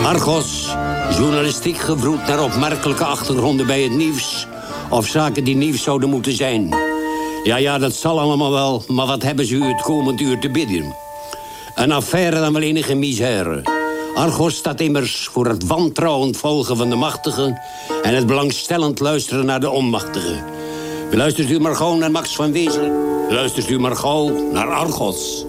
Argos, journalistiek gevroed naar opmerkelijke achtergronden bij het nieuws. Of zaken die nieuws zouden moeten zijn. Ja, dat zal allemaal wel, maar wat hebben ze u het komend uur te bidden? Een affaire dan wel enige misère. Argos staat immers voor het wantrouwend volgen van de machtigen en het belangstellend luisteren naar de onmachtigen. Luistert u maar gauw naar Max van Wezel. Luistert u maar gauw naar Argos.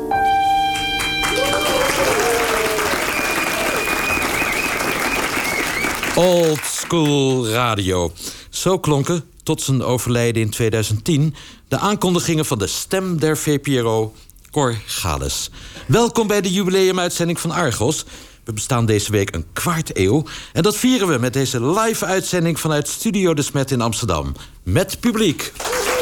Old School Radio. Zo klonken, tot zijn overlijden in 2010... de aankondigingen van de stem der VPRO, Cor Gades. Welkom bij de jubileumuitzending van Argos. We bestaan deze week een kwart eeuw. En dat vieren we met deze live-uitzending vanuit Studio De Smet in Amsterdam. Met publiek.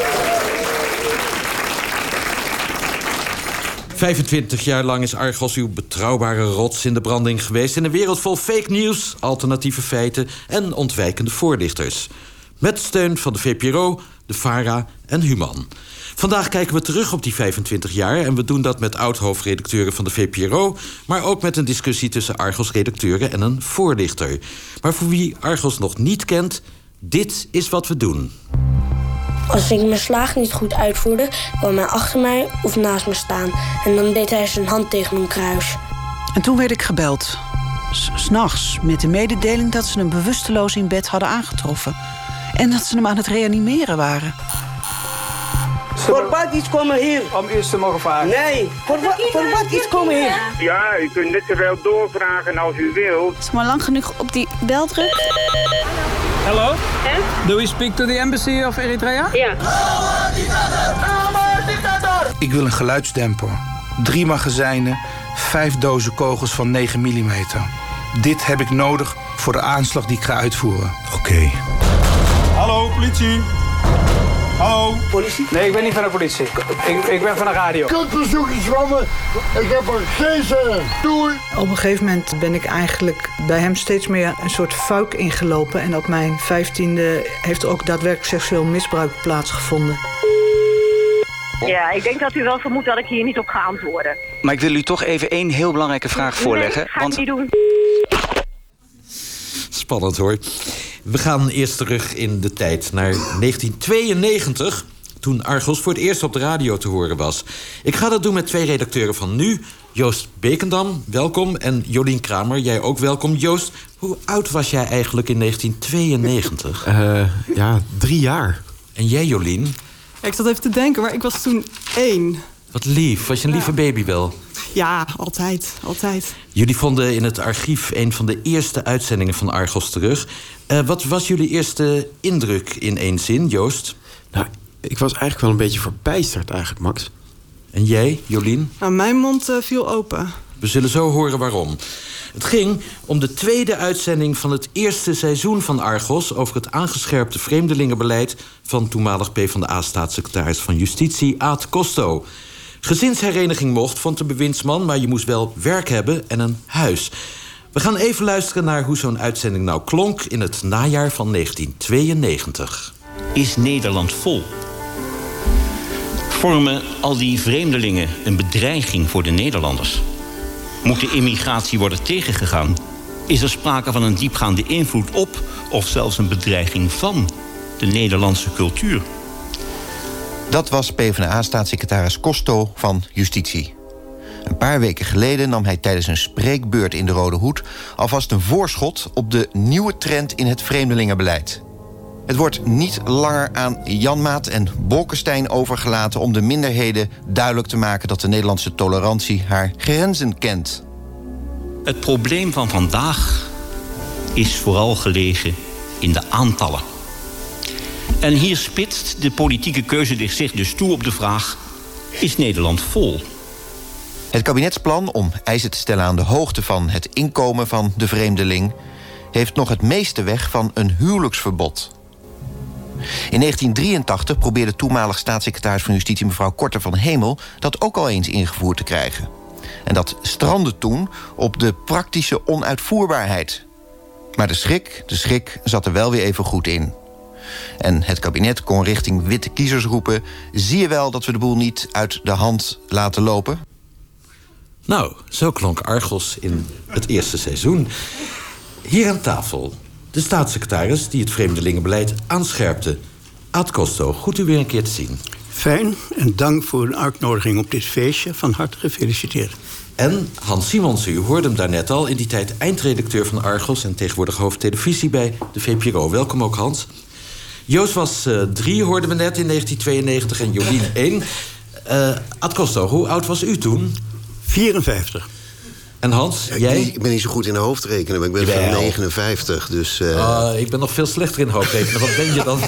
25 jaar lang is Argos uw betrouwbare rots in de branding geweest... in een wereld vol fake news, alternatieve feiten en ontwijkende voorlichters. Met steun van de VPRO, de VARA en Human. Vandaag kijken we terug op die 25 jaar... en we doen dat met oud-hoofdredacteuren van de VPRO... maar ook met een discussie tussen Argos-redacteuren en een voorlichter. Maar voor wie Argos nog niet kent, dit is wat we doen. Als ik mijn slag niet goed uitvoerde, kwam hij achter mij of naast me staan. En dan deed hij zijn hand tegen een kruis. En toen werd ik gebeld. 's Nachts, met de mededeling dat ze hem bewusteloos in bed hadden aangetroffen. En dat ze hem aan het reanimeren waren. Voor wat iets komen hier? Om eerst te mogen varen? Nee, voor wat iets komen hier? Ja, u kunt net zoveel doorvragen als u wilt. Als ik maar lang genoeg op die bel druk. Hallo? Do we speak to the embassy of Eritrea? Ja. Ik wil een geluidsdemper. 3 magazijnen, 5 dozen kogels van 9 mm. Dit heb ik nodig voor de aanslag die ik ga uitvoeren. Oké. Hallo, politie. Hallo. Politie? Nee, ik ben niet van de politie. Ik ben van de radio. Kutbezoekjes van me. Ik heb er geen zin. Doei. Op een gegeven moment ben ik eigenlijk bij hem steeds meer een soort fuik ingelopen. En op mijn 15e heeft er ook daadwerkelijk seksueel misbruik plaatsgevonden. Ja, ik denk dat u wel vermoedt dat ik hier niet op ga antwoorden. Maar ik wil u toch even 1 heel belangrijke vraag voorleggen. Nee, ga ik niet doen. Spannend hoor. We gaan eerst terug in de tijd naar 1992... toen Argos voor het eerst op de radio te horen was. Ik ga dat doen met 2 redacteuren van nu. Joost Bekendam, welkom. En Jolien Kramer, jij ook welkom. Joost, hoe oud was jij eigenlijk in 1992? 3 jaar. En jij, Jolien? Ik zat even te denken, maar ik was toen 1. Wat lief. Was je een lieve baby wel? Ja, altijd. Jullie vonden in het archief een van de eerste uitzendingen van Argos terug. Wat was jullie eerste indruk in 1 zin, Joost? Nou, ik was eigenlijk wel een beetje verbijsterd eigenlijk, Max. En jij, Jolien? Nou, mijn mond viel open. We zullen zo horen waarom. Het ging om de 2e uitzending van het eerste seizoen van Argos... over het aangescherpte vreemdelingenbeleid... van toenmalig PvdA-staatssecretaris van Justitie Aad Costo. Gezinshereniging mocht, vond de bewindsman... maar je moest wel werk hebben en een huis. We gaan even luisteren naar hoe zo'n uitzending nou klonk... in het najaar van 1992. Is Nederland vol? Vormen al die vreemdelingen een bedreiging voor de Nederlanders? Moet de immigratie worden tegengegaan? Is er sprake van een diepgaande invloed op... of zelfs een bedreiging van de Nederlandse cultuur? Dat was PvdA-staatssecretaris Costo van Justitie. Een paar weken geleden nam hij tijdens een spreekbeurt in de Rode Hoed... alvast een voorschot op de nieuwe trend in het vreemdelingenbeleid. Het wordt niet langer aan Janmaat en Bolkestein overgelaten... om de minderheden duidelijk te maken dat de Nederlandse tolerantie haar grenzen kent. Het probleem van vandaag is vooral gelegen in de aantallen. En hier spitst de politieke keuze zich dus toe op de vraag... is Nederland vol? Het kabinetsplan om eisen te stellen aan de hoogte van het inkomen van de vreemdeling... heeft nog het meeste weg van een huwelijksverbod. In 1983 probeerde toenmalig staatssecretaris van Justitie... mevrouw Korter van Hemel dat ook al eens ingevoerd te krijgen. En dat strandde toen op de praktische onuitvoerbaarheid. Maar de schrik zat er wel weer even goed in. En het kabinet kon richting witte kiezers roepen... zie je wel dat we de boel niet uit de hand laten lopen? Nou, zo klonk Argos in het eerste seizoen. Hier aan tafel de staatssecretaris die het vreemdelingenbeleid aanscherpte. Aad Costo, goed u weer een keer te zien. Fijn en dank voor een uitnodiging op dit feestje. Van harte gefeliciteerd. En Hans Simonsen, u hoorde hem daarnet al, in die tijd eindredacteur van Argos en tegenwoordig hoofdtelevisie bij de VPRO. Welkom ook, Hans. Joost was 3, hoorden we net, in 1992 en Jolien 1. Aad Costo, hoe oud was u toen? 54. En Hans, jij? Ik ben niet zo goed in de hoofdrekenen, maar ik ben van 59. Dus, ik ben nog veel slechter in hoofdrekenen. Wat ben je dan?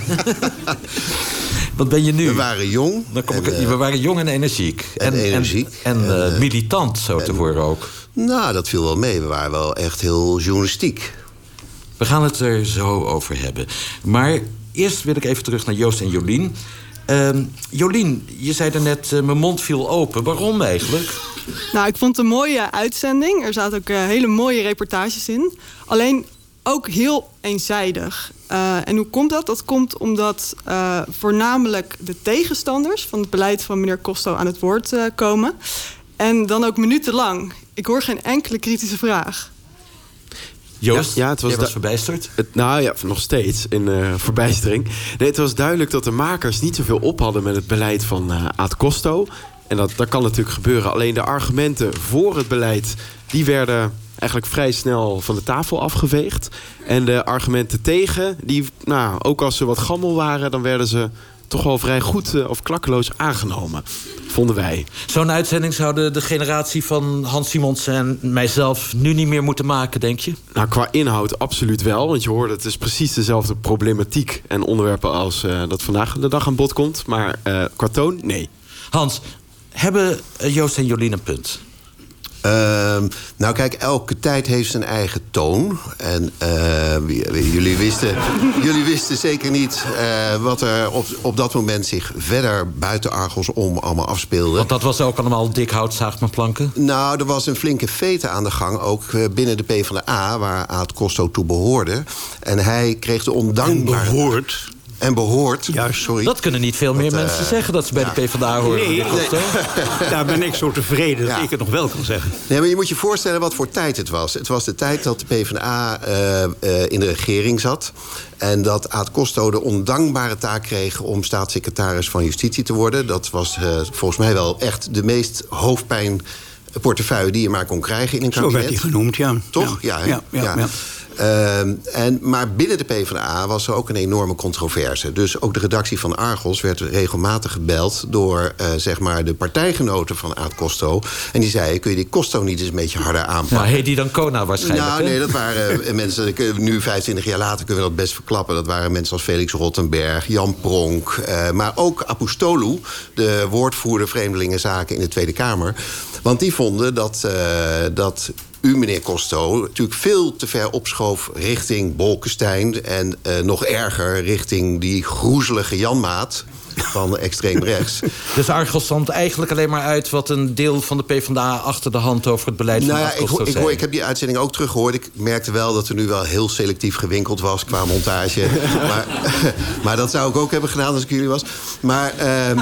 Wat ben je nu? We waren jong. We waren jong en energiek. En militant, zo te horen ook. Nou, dat viel wel mee. We waren wel echt heel journalistiek. We gaan het er zo over hebben. Maar eerst wil ik even terug naar Joost en Jolien. Jolien, je zei daarnet, mijn mond viel open. Waarom eigenlijk? Nou, ik vond het een mooie uitzending. Er zaten ook hele mooie reportages in. Alleen ook heel eenzijdig. En hoe komt dat? Dat komt omdat voornamelijk de tegenstanders van het beleid van meneer Costo aan het woord komen. En dan ook minutenlang. Ik hoor geen enkele kritische vraag. Joost, ja, het was jij was verbijsterd? Nou ja, nog steeds in verbijstering. Nee, het was duidelijk dat de makers niet zoveel op hadden met het beleid van Aad Costo. En dat kan natuurlijk gebeuren. Alleen de argumenten voor het beleid, die werden eigenlijk vrij snel van de tafel afgeveegd. En de argumenten tegen, die, nou, ook als ze wat gammel waren, dan werden ze toch wel vrij goed of klakkeloos aangenomen, vonden wij. Zo'n uitzending zou de generatie van Hans Simonsen en mijzelf nu niet meer moeten maken, denk je? Nou, qua inhoud absoluut wel. Want je hoorde, het is precies dezelfde problematiek en onderwerpen als dat vandaag de dag aan bod komt. Maar qua toon, nee. Hans, hebben Joost en Jolien een punt? Nou kijk, elke tijd heeft zijn eigen toon. En jullie wisten zeker niet wat er op dat moment zich verder buiten Argos om allemaal afspeelde. Want dat was ook allemaal dik hout, zaagt met planken? Nou, er was een flinke vete aan de gang, ook binnen de PvdA, waar Aad Costo toe behoorde. En hij kreeg de ondankbare... En behoort. Juist, sorry. Dat kunnen niet veel meer mensen zeggen, dat ze bij de PvdA horen. Nee. Daar ben ik zo tevreden dat ik het nog wel kan zeggen. Nee, maar je moet je voorstellen wat voor tijd het was. Het was de tijd dat de PvdA in de regering zat. En dat Aad Costo de ondankbare taak kreeg om staatssecretaris van Justitie te worden. Dat was volgens mij wel echt de meest hoofdpijnportefeuille die je maar kon krijgen in een kabinet. Zo werd hij genoemd, ja. Toch? Ja. Maar binnen de PvdA was er ook een enorme controverse. Dus ook de redactie van Argos werd regelmatig gebeld door zeg maar de partijgenoten van Aad Costo. En die zeiden, kun je die Costo niet eens een beetje harder aanpakken? Nou, heet die dan Kona waarschijnlijk? Nou, nee, dat waren mensen, nu 25 jaar later kunnen we dat best verklappen. Dat waren mensen als Felix Rottenberg, Jan Pronk, maar ook Apostolou, de woordvoerder Vreemdelingenzaken in de Tweede Kamer. Want die vonden dat u, meneer Costo, natuurlijk veel te ver opschoof richting Bolkestein en nog erger richting die groezelige Janmaat van extreem rechts. Dus Argos stond eigenlijk alleen maar uit wat een deel van de PvdA achter de hand over het beleid van Aad Costo zei. Ik heb die uitzending ook teruggehoord. Ik merkte wel dat er nu wel heel selectief gewinkeld was qua montage. maar dat zou ik ook hebben gedaan als ik jullie was. Maar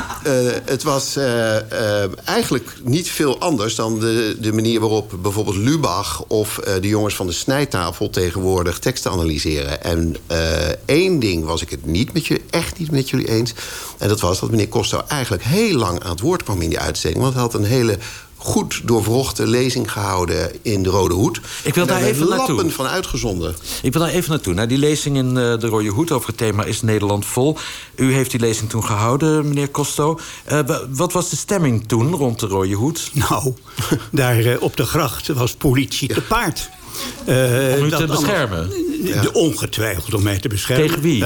het was eigenlijk niet veel anders dan de manier waarop bijvoorbeeld Lubach of de jongens van de snijtafel tegenwoordig teksten analyseren. En één ding was ik het echt niet met jullie eens. En dat was dat meneer Costo eigenlijk heel lang aan het woord kwam in die uitzending. Want hij had een hele goed doorwrochte lezing gehouden in de Rode Hoed. Ik wil daar even naartoe. Lappen van uitgezonden. Ik wil daar even naartoe. Naar die lezing in de Rode Hoed over het thema Is Nederland vol? U heeft die lezing toen gehouden, meneer Costo. Wat was de stemming toen rond de Rode Hoed? Nou, daar op de gracht was politie te paard. Om u te beschermen? Ongetwijfeld om mij te beschermen. Tegen wie?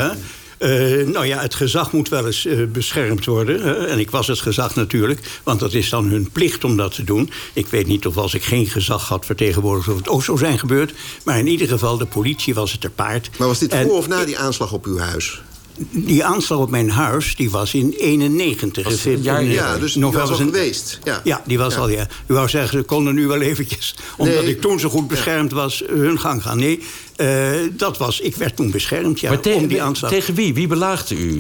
Nou ja, het gezag moet wel eens beschermd worden. En ik was het gezag natuurlijk, want dat is dan hun plicht om dat te doen. Ik weet niet of als ik geen gezag had vertegenwoordigd of het ook zou zijn gebeurd. Maar in ieder geval, de politie was het ter paard. Maar was dit voor of na die aanslag op uw huis? Die aanslag op mijn huis, die was in 91. Ja, dus die was al geweest. Ja, die was al, ja. U wou zeggen, ze konden nu wel eventjes, omdat ik toen zo goed beschermd was, hun gang gaan. Nee, ik werd toen beschermd, ja, maar om die aanslag. Tegen wie? Wie belaagde u?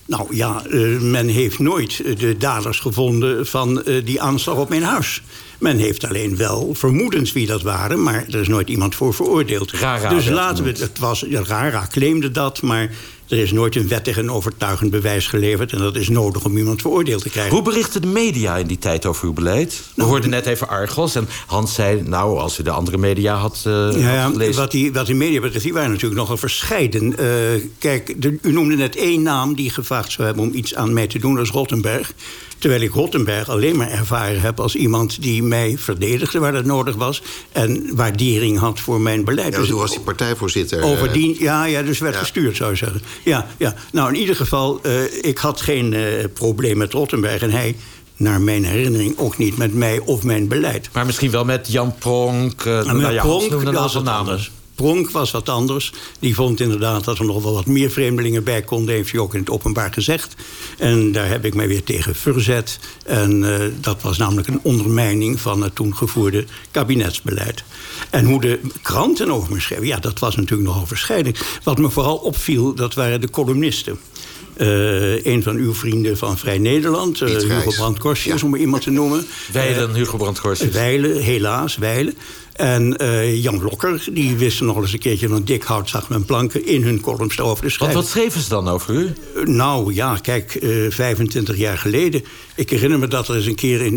Nou ja, men heeft nooit de daders gevonden van die aanslag op mijn huis. Men heeft alleen wel vermoedens wie dat waren, maar er is nooit iemand voor veroordeeld. Dus laten we het was Rara claimde dat, maar er is nooit een wettig en overtuigend bewijs geleverd. En dat is nodig om iemand veroordeeld te krijgen. Hoe berichten de media in die tijd over uw beleid? We hoorden net even Argos en Hans zei, nou, als u de andere media had gelezen. Wat die media betreft, die waren natuurlijk nogal verscheiden. Kijk, u noemde net één naam die gevraagd zou hebben om iets aan mij te doen, dat is Rottenberg. Terwijl ik Rottenberg alleen maar ervaren heb als iemand die mij verdedigde waar dat nodig was. En waardering had voor mijn beleid. Ja, dus toen was hij partijvoorzitter. Dus werd gestuurd, zou je zeggen. Ja. Nou, in ieder geval, ik had geen probleem met Rottenberg. En hij, naar mijn herinnering, ook niet met mij of mijn beleid. Maar misschien wel met Jan Pronk. Pronk, dat was wat anders. Pronk was wat anders. Die vond inderdaad dat er nog wel wat meer vreemdelingen bij konden. Heeft hij ook in het openbaar gezegd. En daar heb ik mij weer tegen verzet. En dat was namelijk een ondermijning van het toen gevoerde kabinetsbeleid. En hoe de kranten over me schreven, ja, dat was natuurlijk nogal verscheiden. Wat me vooral opviel, dat waren de columnisten. Een van uw vrienden van Vrij Nederland, Hugo Brandt-Korstius, om maar iemand te noemen. Hugo Brandt-Korstius. Helaas, Wijlen. En Jan Blokker, die wisten nog eens een keertje van dik hout zag men planken in hun columns over te schrijven. Wat schreven ze dan over u? Nou ja, kijk, 25 jaar geleden. Ik herinner me dat er eens een keer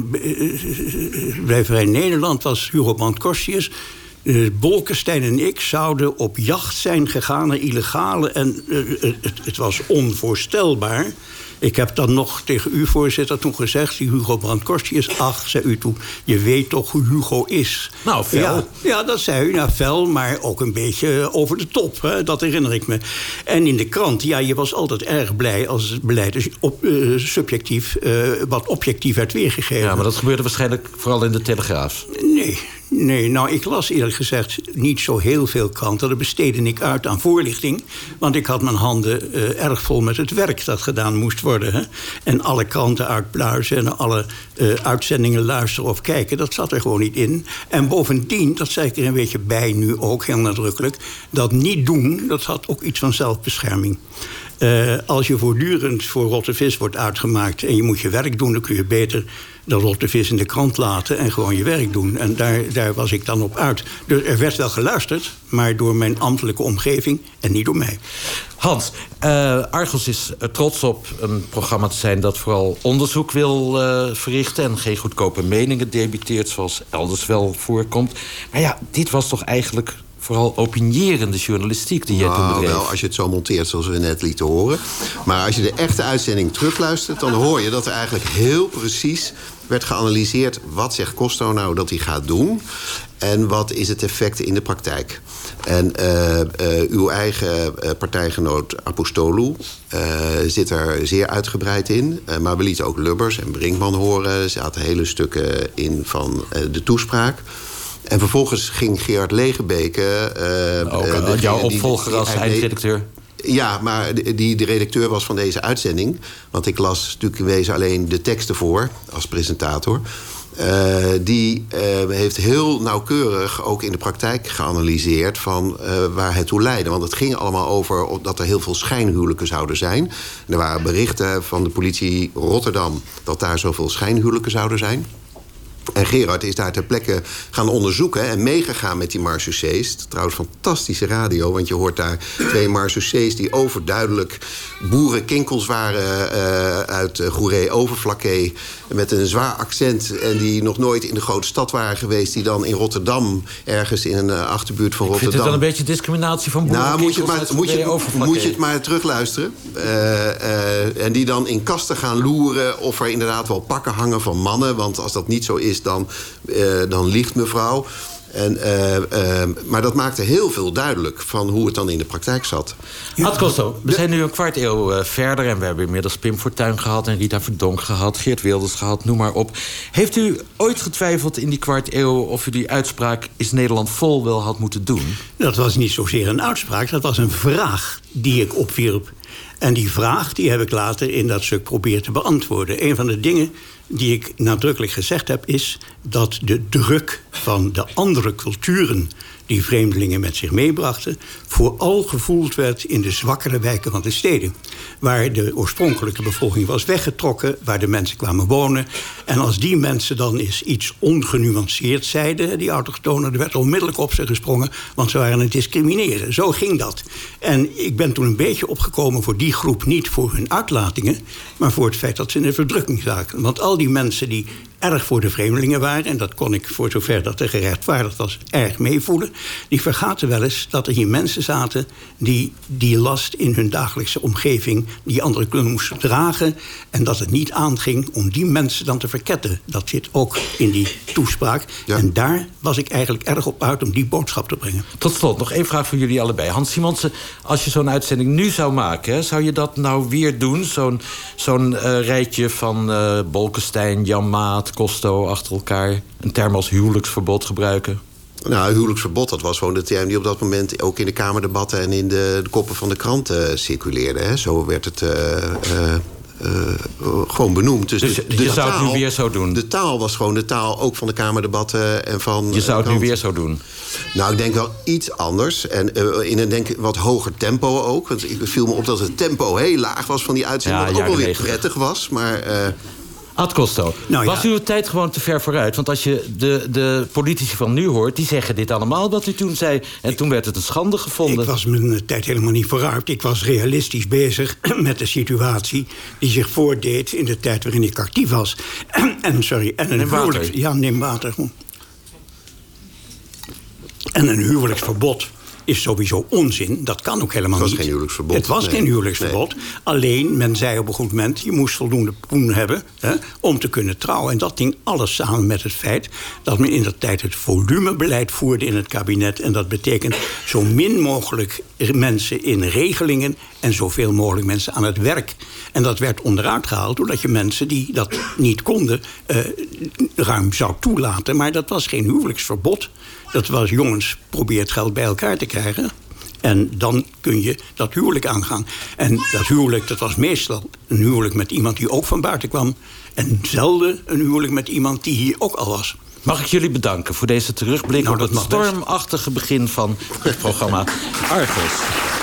bij Vrij Nederland was Hugo Brandt-Korstius. Bolkestein en ik zouden op jacht zijn gegaan naar illegale. En het was onvoorstelbaar. Ik heb dan nog tegen u, voorzitter, toen gezegd, die Hugo Brandt-Korstius, ach, zei u toen, je weet toch hoe Hugo is. Nou, fel. Ja, dat zei u, nou, fel, maar ook een beetje over de top. Hè, dat herinner ik me. En in de krant, ja, je was altijd erg blij als het beleid dus subjectief, wat objectief werd weergegeven. Ja, maar dat gebeurde waarschijnlijk vooral in de Telegraaf. Nee, nou, ik las eerlijk gezegd niet zo heel veel kranten. Dat besteedde ik uit aan voorlichting. Want ik had mijn handen erg vol met het werk dat gedaan moest worden. Hè? En alle kranten uitpluizen en alle uitzendingen luisteren of kijken, dat zat er gewoon niet in. En bovendien, dat zei ik er een beetje bij nu ook, heel nadrukkelijk, dat niet doen, dat had ook iets van zelfbescherming. Als je voortdurend voor rotte vis wordt uitgemaakt en je moet je werk doen, dan kun je beter de rotte vis in de krant laten en gewoon je werk doen. En daar was ik dan op uit. Dus er werd wel geluisterd, maar door mijn ambtelijke omgeving en niet door mij. Hans, Argos is er trots op een programma te zijn dat vooral onderzoek wil verrichten en geen goedkope meningen debiteert, zoals elders wel voorkomt. Maar ja, dit was toch eigenlijk vooral opinierende journalistiek die jij toen bedreef. Wel, als je het zo monteert zoals we net lieten horen. Maar als je de echte uitzending terugluistert, dan hoor je dat er eigenlijk heel precies werd geanalyseerd, wat zegt Costo nou dat hij gaat doen en wat is het effect in de praktijk. En uw eigen partijgenoot Apostolou zit er zeer uitgebreid in. Maar we lieten ook Lubbers en Brinkman horen. Er zaten hele stukken in van de toespraak. En vervolgens ging Gerard Legebeke, jouw opvolger als eindredacteur. Ja, maar de redacteur was van deze uitzending. Want ik las natuurlijk in wezen alleen de teksten voor als presentator. Die heeft heel nauwkeurig ook in de praktijk geanalyseerd van waar het toe leidde. Want het ging allemaal over dat er heel veel schijnhuwelijken zouden zijn. Er waren berichten van de politie Rotterdam dat daar zoveel schijnhuwelijken zouden zijn. En Gerard is daar ter plekke gaan onderzoeken en meegegaan met die marechaussees. Trouwens, fantastische radio, want je hoort daar twee marechaussees die overduidelijk boerenkinkels waren uit Goeree-Overflakkee met een zwaar accent en die nog nooit in de grote stad waren geweest, die dan in Rotterdam, ergens in een achterbuurt van Rotterdam. Ik vind het wel een beetje discriminatie van boerenkinkels uit Goeree-Overflakkee. Moet je het maar terugluisteren. En die dan in kasten gaan loeren of er inderdaad wel pakken hangen van mannen, want als dat niet zo is, dan liegt mevrouw. Maar dat maakte heel veel duidelijk van hoe het dan in de praktijk zat. Ad Costo, we zijn nu een kwart eeuw verder en we hebben inmiddels Pim Fortuyn gehad en Rita Verdonk gehad, Geert Wilders gehad, noem maar op. Heeft u ooit getwijfeld in die kwart eeuw of u die uitspraak "Is Nederland vol?" wel had moeten doen? Dat was niet zozeer een uitspraak, dat was een vraag die ik opwierp. En die vraag die heb ik later in dat stuk proberen te beantwoorden. Een van de dingen die ik nadrukkelijk gezegd heb, is dat de druk van de andere culturen die vreemdelingen met zich meebrachten vooral gevoeld werd in de zwakkere wijken van de steden. waar de oorspronkelijke bevolking was weggetrokken, waar de mensen kwamen wonen. En als die mensen dan eens iets ongenuanceerd zeiden, die autochtonen, er werd onmiddellijk op ze gesprongen, want ze waren aan het discrimineren. Zo ging dat. En ik ben toen een beetje opgekomen voor die groep, niet voor hun uitlatingen, maar voor het feit dat ze in de verdrukking zaten. Want al die mensen die erg voor de vreemdelingen waren, en dat kon ik voor zover dat er gerechtvaardigd was erg meevoelen, die vergaten wel eens dat er hier mensen zaten die last in hun dagelijkse omgeving die anderen kunnen moesten dragen, en dat het niet aanging om die mensen dan te verketten. Dat zit ook in die toespraak. Ja. En daar was ik eigenlijk erg op uit om die boodschap te brengen. Tot slot, nog één vraag voor jullie allebei. Hans Simonsen, als je zo'n uitzending nu zou maken, hè, zou je dat nou weer doen? Zo'n rijtje van Bolkestein, Jan Maat, Costo achter elkaar, een term als huwelijksverbod gebruiken? Nou, huwelijksverbod, dat was gewoon de term die op dat moment ook in de Kamerdebatten en in de koppen van de kranten circuleerde. Hè. Zo werd het gewoon benoemd. Dus je zou het nu weer zo doen? De taal was gewoon de taal ook van de Kamerdebatten en van... Je zou het nu weer zo doen? Nou, ik denk wel iets anders. En in een denk ik wat hoger tempo ook. Want het viel me op dat het tempo heel laag was van die uitzending. Wat ook wel weer prettig was, maar... Ad Costo, was uw tijd gewoon te ver vooruit? Want als je de politici van nu hoort, die zeggen dit allemaal wat u toen zei. En toen werd het een schande gevonden. Ik was mijn tijd helemaal niet vooruit. Ik was realistisch bezig met de situatie die zich voordeed in de tijd waarin ik actief was. Neem water. Ja, neem water. En een huwelijksverbod is sowieso onzin. Dat kan ook helemaal niet. Het was geen huwelijksverbod. Het was geen huwelijksverbod. Nee. Alleen, men zei op een goed moment, je moest voldoende poen hebben om te kunnen trouwen. En dat hing alles samen met het feit dat men in dat tijd het volumebeleid voerde in het kabinet. En dat betekent zo min mogelijk mensen in regelingen en zoveel mogelijk mensen aan het werk. En dat werd onderuit gehaald doordat je mensen die dat niet konden ruim zou toelaten. Maar dat was geen huwelijksverbod. Dat was, jongens, probeer het geld bij elkaar te krijgen. En dan kun je dat huwelijk aangaan. En dat huwelijk, dat was meestal een huwelijk met iemand die ook van buiten kwam. En zelden een huwelijk met iemand die hier ook al was. Mag ik jullie bedanken voor deze terugblik op het stormachtige begin van het programma Argos.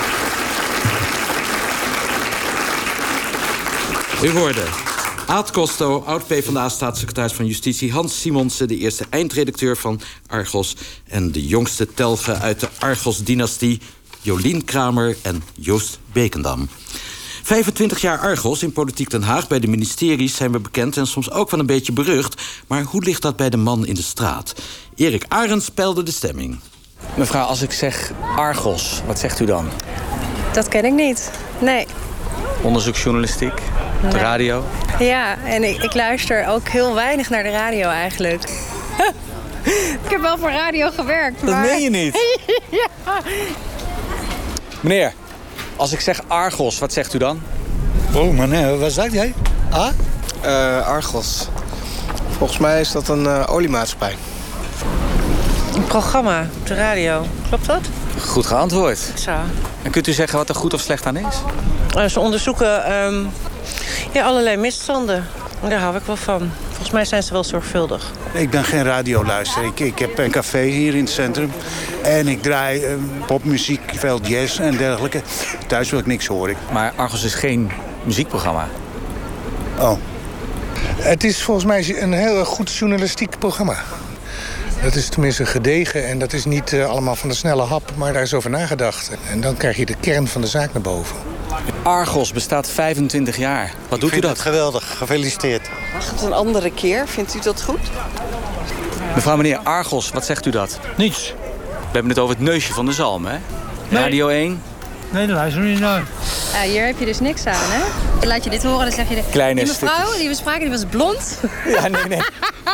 U hoorde Aad Costo, oud-PvdA-staatssecretaris van Justitie, Hans Simonsen, de eerste eindredacteur van Argos, en de jongste telgen uit de Argos-dynastie, Jolien Kramer en Joost Bekendam. 25 jaar Argos in Politiek Den Haag. Bij de ministeries zijn we bekend en soms ook wel een beetje berucht. Maar hoe ligt dat bij de man in de straat? Erik Arends peilde de stemming. Mevrouw, als ik zeg Argos, wat zegt u dan? Dat ken ik niet, nee. Onderzoeksjournalistiek, de radio? Ja, en ik luister ook heel weinig naar de radio eigenlijk. Ik heb wel voor radio gewerkt, maar... Dat meen je niet? Ja. Meneer, als ik zeg Argos, wat zegt u dan? Oh, meneer, wat zeg jij? Argos. Volgens mij is dat een oliemaatschappij. Een programma op de radio, klopt dat? Goed geantwoord. Zo. En kunt u zeggen wat er goed of slecht aan is? Ze onderzoeken allerlei misstanden. Daar hou ik wel van. Volgens mij zijn ze wel zorgvuldig. Ik ben geen radioluisteraar. Ik heb een café hier in het centrum. En ik draai popmuziek, veel jazz en dergelijke. Thuis wil ik niks horen. Maar Argos is geen muziekprogramma. Oh. Het is volgens mij een heel goed journalistiek programma. Dat is tenminste gedegen en dat is niet allemaal van de snelle hap, maar daar is over nagedacht. En dan krijg je de kern van de zaak naar boven. Argos bestaat 25 jaar. Wat doet u dat? Geweldig, gefeliciteerd. Mag het een andere keer? Vindt u dat goed? Mevrouw, meneer, Argos, wat zegt u dat? Niets. We hebben het over het neusje van de zalm, hè? Nee. Radio 1? Nee, daar luister ik niet naar. Hier heb je dus niks aan, hè? Dan laat je dit horen, dan zeg je... Kleine die mevrouw stukjes. die we spraken, die was blond. Ja, nee.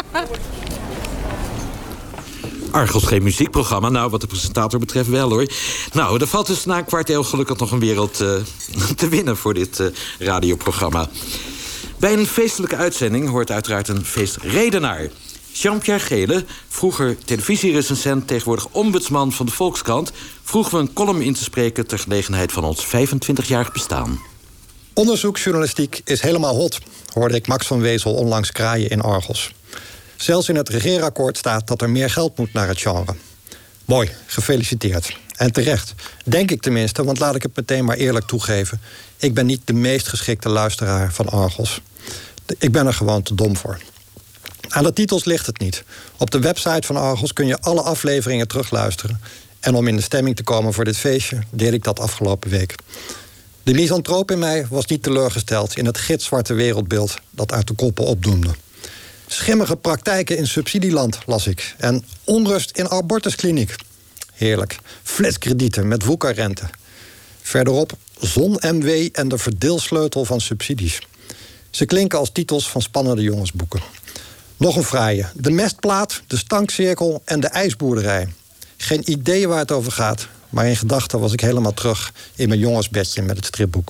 Argos geen muziekprogramma. Nou, wat de presentator betreft wel, hoor. Nou, er valt dus na een kwart eeuw gelukkig nog een wereld te winnen voor dit radioprogramma. Bij een feestelijke uitzending hoort uiteraard een feestredenaar. Jean-Pierre Gele, vroeger televisierecensent, tegenwoordig ombudsman van de Volkskrant, vroegen we een column in te spreken ter gelegenheid van ons 25-jarig bestaan. Onderzoeksjournalistiek is helemaal hot, hoorde ik Max van Wezel onlangs kraaien in Argos. Zelfs in het regeerakkoord staat dat er meer geld moet naar het genre. Mooi, gefeliciteerd. En terecht. Denk ik tenminste, want laat ik het meteen maar eerlijk toegeven. Ik ben niet de meest geschikte luisteraar van Argos. Ik ben er gewoon te dom voor. Aan de titels ligt het niet. Op de website van Argos kun je alle afleveringen terugluisteren. En om in de stemming te komen voor dit feestje deed ik dat afgelopen week. De misantroop in mij was niet teleurgesteld in het gitzwarte wereldbeeld dat uit de koppen opdoemde. Schimmige praktijken in subsidieland, las ik. En onrust in abortuskliniek. Heerlijk. Flitskredieten met woekerrente. Verderop Zon-MW en de verdeelsleutel van subsidies. Ze klinken als titels van spannende jongensboeken. Nog een fraaie. De mestplaat, de stankcirkel en de ijsboerderij. Geen idee waar het over gaat, maar in gedachten was ik helemaal terug in mijn jongensbedje met het stripboek.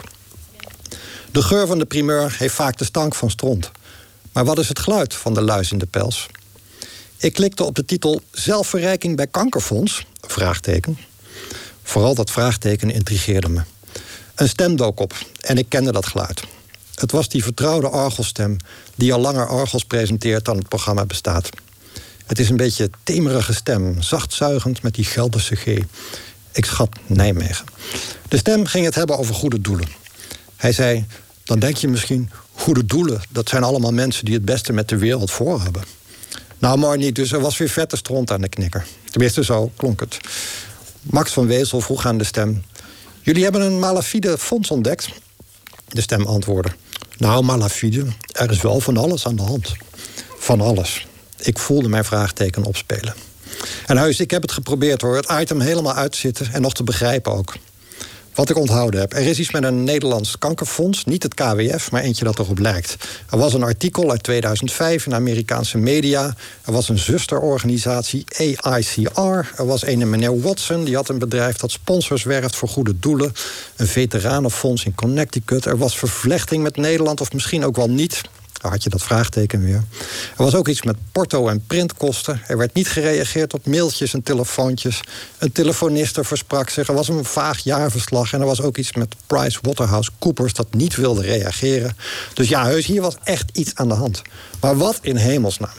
De geur van de primeur heeft vaak de stank van stront. Maar wat is het geluid van de luis in de pels? Ik klikte op de titel Zelfverrijking bij Kankerfonds? Vraagteken. Vooral dat vraagteken intrigeerde me. Een stem dook op en ik kende dat geluid. Het was die vertrouwde Argos-stem die al langer Argos presenteert dan het programma bestaat. Het is een beetje temerige stem, zachtzuigend met die Gelderse G. Ik schat Nijmegen. De stem ging het hebben over goede doelen. Hij zei, dan denk je misschien, goede doelen, dat zijn allemaal mensen die het beste met de wereld voor hebben. Nou, mooi niet, dus er was weer vette stront aan de knikker. Tenminste, zo klonk het. Max van Wezel vroeg aan de stem, jullie hebben een malafide fonds ontdekt? De stem antwoordde, nou, malafide, er is wel van alles aan de hand. Van alles. Ik voelde mijn vraagteken opspelen. En huis, ik heb het geprobeerd hoor, het item helemaal uit te zitten en nog te begrijpen ook. Wat ik onthouden heb. Er is iets met een Nederlands kankerfonds. Niet het KWF, maar eentje dat erop lijkt. Er was een artikel uit 2005 in Amerikaanse media. Er was een zusterorganisatie, AICR. Er was een meneer Watson, die had een bedrijf dat sponsors werft voor goede doelen. Een veteranenfonds in Connecticut. Er was vervlechting met Nederland, of misschien ook wel niet. Daar had je dat vraagteken weer. Er was ook iets met porto- en printkosten. Er werd niet gereageerd op mailtjes en telefoontjes. Een telefoniste versprak zich. Er was een vaag jaarverslag. En er was ook iets met PricewaterhouseCoopers dat niet wilde reageren. Dus ja, heus, hier was echt iets aan de hand. Maar wat in hemelsnaam?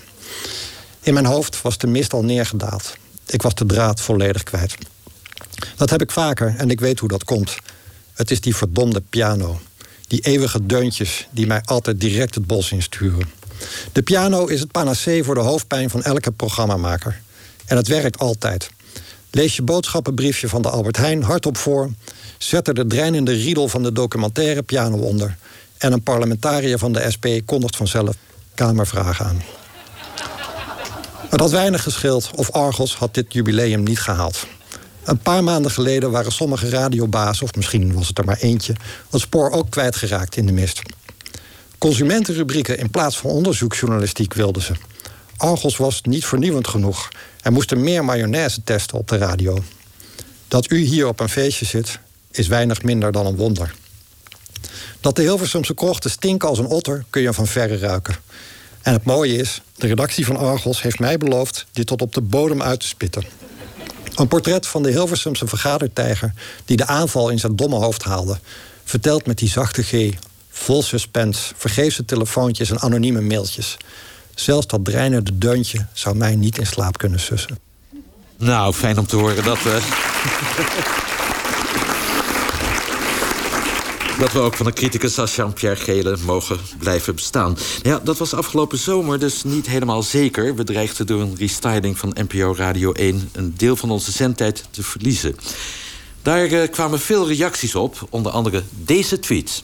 In mijn hoofd was de mist al neergedaald. Ik was de draad volledig kwijt. Dat heb ik vaker en ik weet hoe dat komt. Het is die verdomde piano. Die eeuwige deuntjes die mij altijd direct het bos insturen. De piano is het panacee voor de hoofdpijn van elke programmamaker. En het werkt altijd. Lees je boodschappenbriefje van de Albert Heijn hardop voor. Zet er de dreinende riedel van de documentaire piano onder. En een parlementariër van de SP kondigt vanzelf Kamervragen aan. Het had weinig gescheeld of Argos had dit jubileum niet gehaald. Een paar maanden geleden waren sommige radiobazen, of misschien was het er maar eentje, het spoor ook kwijtgeraakt in de mist. Consumentenrubrieken in plaats van onderzoeksjournalistiek wilden ze. Argos was niet vernieuwend genoeg. Er moesten meer mayonaise testen op de radio. Dat u hier op een feestje zit, is weinig minder dan een wonder. Dat de Hilversumse krochten stinken als een otter, kun je van verre ruiken. En het mooie is, de redactie van Argos heeft mij beloofd dit tot op de bodem uit te spitten. Een portret van de Hilversumse vergadertijger die de aanval in zijn domme hoofd haalde. Verteld met die zachte G, vol suspense, vergeefse telefoontjes en anonieme mailtjes. Zelfs dat dreinende deuntje zou mij niet in slaap kunnen sussen. Nou, fijn om te horen dat we... dat we ook van een criticus als Jean-Pierre Gele mogen blijven bestaan. Ja, dat was afgelopen zomer dus niet helemaal zeker. We dreigden door een restyling van NPO Radio 1... een deel van onze zendtijd te verliezen. Daar kwamen veel reacties op, onder andere deze tweet.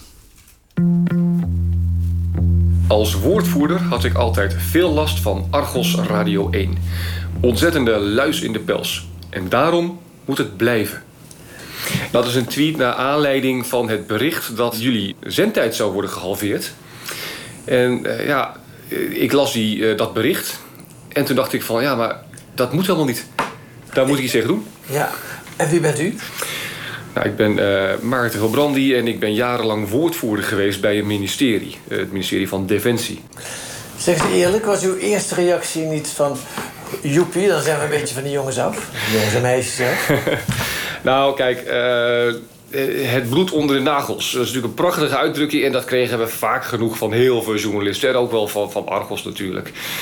Als woordvoerder had ik altijd veel last van Argos Radio 1. Ontzettende luis in de pels. En daarom moet het blijven. Dat is een tweet naar aanleiding van het bericht dat jullie zendtijd zou worden gehalveerd. En ik las dat bericht. En toen dacht ik van, ja, maar dat moet helemaal niet. Daar moet ik iets tegen doen. Ja, en wie bent u? Nou, ik ben Maarten Hilbrandi en ik ben jarenlang woordvoerder geweest bij een ministerie. Het ministerie van Defensie. Zeg eerlijk, was uw eerste reactie niet van... joepie, dan zijn we een beetje van die jongens af. Jongens en meisjes, hè? Nou, kijk, het bloed onder de nagels. Dat is natuurlijk een prachtige uitdrukking... en dat kregen we vaak genoeg van heel veel journalisten... en ook wel van Argos natuurlijk.